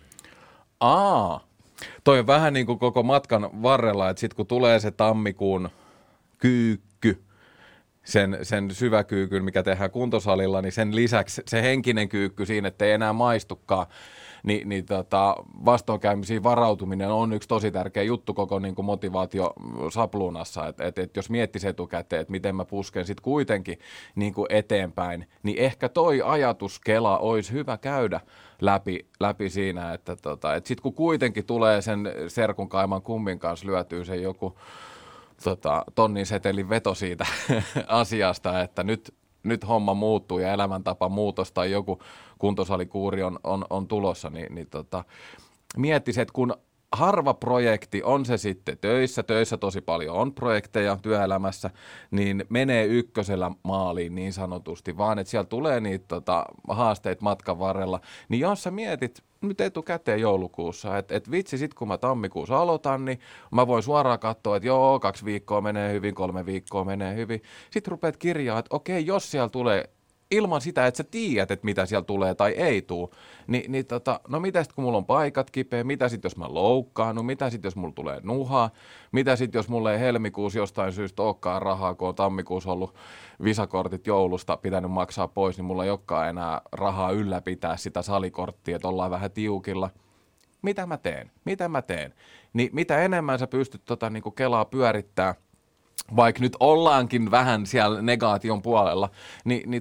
Toi on vähän niin kuin koko matkan varrella, että sitten kun tulee se tammikuun kyykky, sen syväkyykyn, mikä tehdään kuntosalilla, niin sen lisäksi se henkinen kyykky siinä, että ei enää maistukaan, niin vastoinkäymisiin varautuminen on yksi tosi tärkeä juttu koko niin kuin motivaatiosapluunassa, että jos miettisi etukäteen, että miten mä pusken sitten kuitenkin niin kuin eteenpäin, niin ehkä toi ajatuskela olisi hyvä käydä läpi siinä, että sitten kun kuitenkin tulee sen serkun kaiman kummin kanssa lyötyy se joku tonnin setelin veto siitä asiasta, että nyt homma muuttuu ja elämäntapa muutos tai joku kuntosalikuuri on tulossa, niin miettisi, että kun harva projekti, on se sitten töissä tosi paljon on projekteja työelämässä, niin menee ykkösellä maaliin niin sanotusti, vaan että siellä tulee niitä haasteita matkan varrella, niin jos sä mietit nyt etukäteen joulukuussa, että vitsi, sit kun mä tammikuussa aloitan, niin mä voin suoraan katsoa, että 2 viikkoa menee hyvin, 3 viikkoa menee hyvin. Sitten rupeat kirjaa, että okei, jos siellä tulee ilman sitä, että sä tiedät, että mitä siellä tulee tai ei tule, no mitä sitten kun mulla on paikat kipeä, mitä sitten jos mä loukkaannut, mitä sitten jos mulla tulee nuha, mitä sitten jos mulla ei helmikuussa jostain syystä olekaan rahaa, kun on tammikuussa ollut visakortit joulusta pitänyt maksaa pois, niin mulla ei olekaan enää rahaa ylläpitää sitä salikorttia, että ollaan vähän tiukilla. Mitä mä teen? Niin mitä enemmän sä pystyt niinku kelaa pyörittää, vaikka nyt ollaankin vähän siellä negaation puolella, niin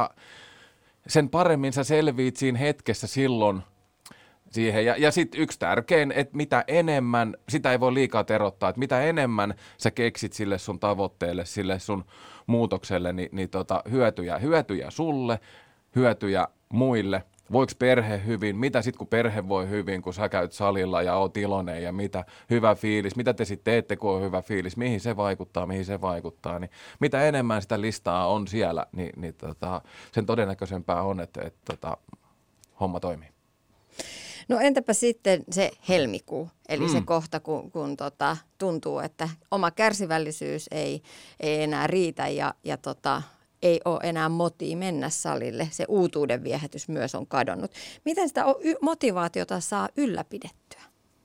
sen paremmin sä selviit siinä hetkessä silloin siihen. Ja sitten yksi tärkein, että mitä enemmän, sitä ei voi liikaa terottaa, että mitä enemmän sä keksit sille sun tavoitteelle, sille sun muutokselle, niin hyötyjä sulle, hyötyjä muille. Voiko perhe hyvin? Mitä sitten kun perhe voi hyvin, kun sä käyt salilla ja oot iloinen ja mitä hyvä fiilis? Mitä te sitten teette, kun on hyvä fiilis? Mihin se vaikuttaa? Niin mitä enemmän sitä listaa on siellä, niin sen todennäköisempää on, että homma toimii. No entäpä sitten se helmikuu, eli se kohta, kun tuntuu, että oma kärsivällisyys ei enää riitä ja ei ole enää motia mennä salille. Se uutuuden viehätys myös on kadonnut. Miten sitä motivaatiota saa ylläpidettyä?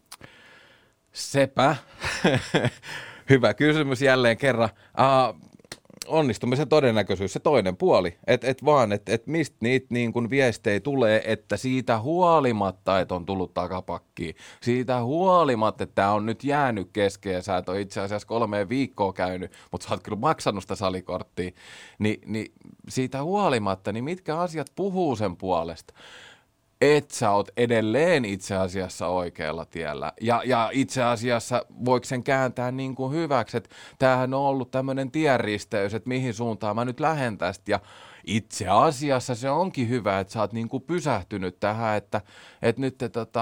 Sepä. Hyvä kysymys jälleen kerran. Onnistumisen todennäköisyys, se toinen puoli. Että mistä niitä niin kun viestejä tulee, että siitä huolimatta, että on tullut takapakkiin, siitä huolimatta, että tämä on nyt jäänyt kesken ja sä et ole itse asiassa 3 viikkoa käynyt, mutta sä oot kyllä maksanut sitä salikorttia, niin siitä huolimatta, niin mitkä asiat puhuu sen puolesta? Että sä oot edelleen itse asiassa oikealla tiellä. Ja itse asiassa voiko sen kääntää niin kuin hyväksi, että tämähän on ollut tämmöinen tienristeys, että mihin suuntaan mä nyt lähden tästä. Ja itse asiassa se onkin hyvä, että sä oot niin kuin pysähtynyt tähän, että nyt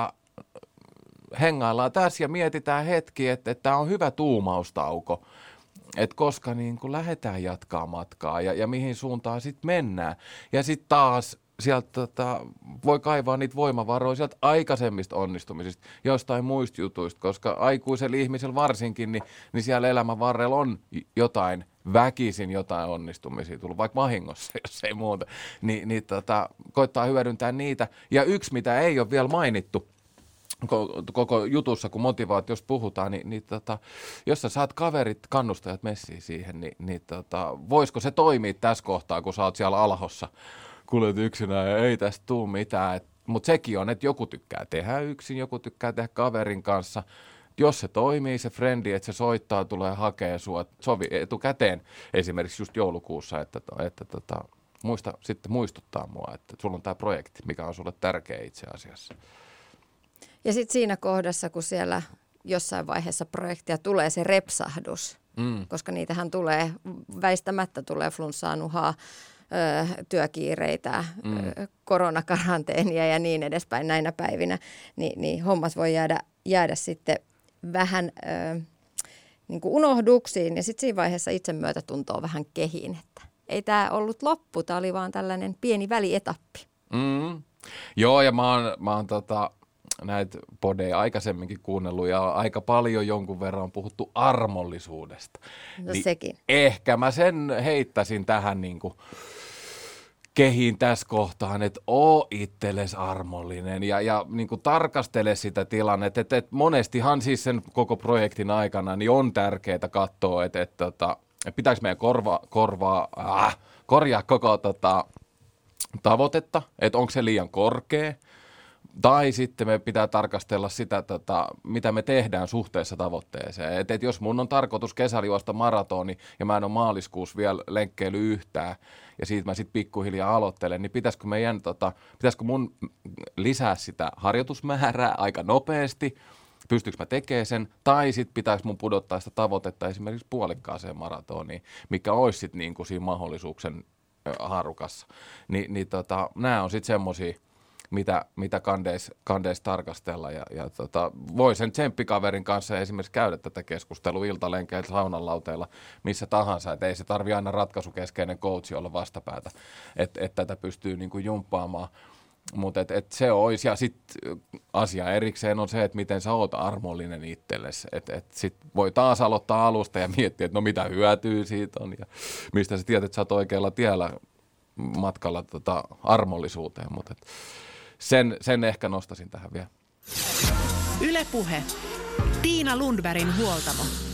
hengaillaan tässä ja mietitään hetki, että tämä on hyvä tuumaustauko. Että koska niin kuin lähdetään jatkaa matkaa ja mihin suuntaan sitten mennään. Ja sitten taas sieltä voi kaivaa niitä voimavaroja sieltä aikaisemmista onnistumisista, jostain muista jutuista, koska aikuisella ihmisellä varsinkin, niin siellä elämän varrella on jotain väkisin jotain onnistumisia tullut, vaikka vahingossa, jos ei muuta, niin koittaa hyödyntää niitä. Ja yksi, mitä ei ole vielä mainittu koko jutussa, kun motivaatiosta puhutaan, niin jos sä saat kaverit, kannustajat messiin siihen, niin voisiko se toimia tässä kohtaa, kun sä oot siellä alhossa, kuljet yksinään ja ei tästä tule mitään. Mutta sekin on, että joku tykkää tehdä yksin, joku tykkää tehdä kaverin kanssa. jos se toimii, se frendi, että se soittaa, tulee hakee sua, sovi etukäteen esimerkiksi just joulukuussa, että muista sitten muistuttaa mua, että sulla on tämä projekti, mikä on sulle tärkeä itse asiassa. Ja sitten siinä kohdassa, kun siellä jossain vaiheessa projektia tulee se repsahdus, koska niitähän tulee, väistämättä tulee flunssaa, nuhaa, työkiireitä, koronakaranteenia ja niin edespäin näinä päivinä, niin hommat voi jäädä sitten vähän niin kuin unohduksiin ja sitten siinä vaiheessa itsemyötätuntoa vähän kehiin, että ei tämä ollut loppu, tämä oli vaan tällainen pieni välietappi. Joo, ja mä oon näitä podeja aikaisemminkin kuunnellut ja aika paljon jonkun verran on puhuttu armollisuudesta. No niin sekin. Ehkä mä sen heittäisin tähän niinku kehiin tässä kohtaan, että oo itsellesi armollinen ja niinku tarkastele sitä tilannetta. Et monestihan siis sen koko projektin aikana niin on tärkeää katsoa, että pitääkö meidän korjaa koko tavoitetta, että onko se liian korkea. Tai sitten me pitää tarkastella sitä, mitä me tehdään suhteessa tavoitteeseen. Et jos mun on tarkoitus kesällä juosta maratoni ja mä en ole maaliskuussa vielä lenkkeily yhtään ja siitä mä sitten pikkuhiljaa aloittelen, niin pitäisikö mun lisää sitä harjoitusmäärää aika nopeasti, pystyykö mä tekemään sen, tai sitten pitäisi mun pudottaa sitä tavoitetta esimerkiksi puolikkaaseen maratoniin, mikä olisi sitten niin kuin siinä mahdollisuuksien haarukassa. Nämä on sitten semmoisia, mitä kandeis tarkastella ja voi sen tsemppikaverin kanssa esimerkiksi käydä tätä keskustelua iltalenkeillä, saunanlauteilla, missä tahansa, että ei se tarvitse aina ratkaisukeskeinen coachi olla vastapäätä, että tätä pystyy niinku jumppaamaan, mutta se olisi, ja sitten asia erikseen on se, että miten sä oot armollinen itsellesi, että sitten voi taas aloittaa alusta ja miettiä, että no mitä hyötyä siitä on ja mistä sä tiedät, että sä oot oikealla tiellä matkalla armollisuuteen, mutta sen ehkä nostasin tähän vielä. Yle Puhe. Tiina Lundbergin huoltamo.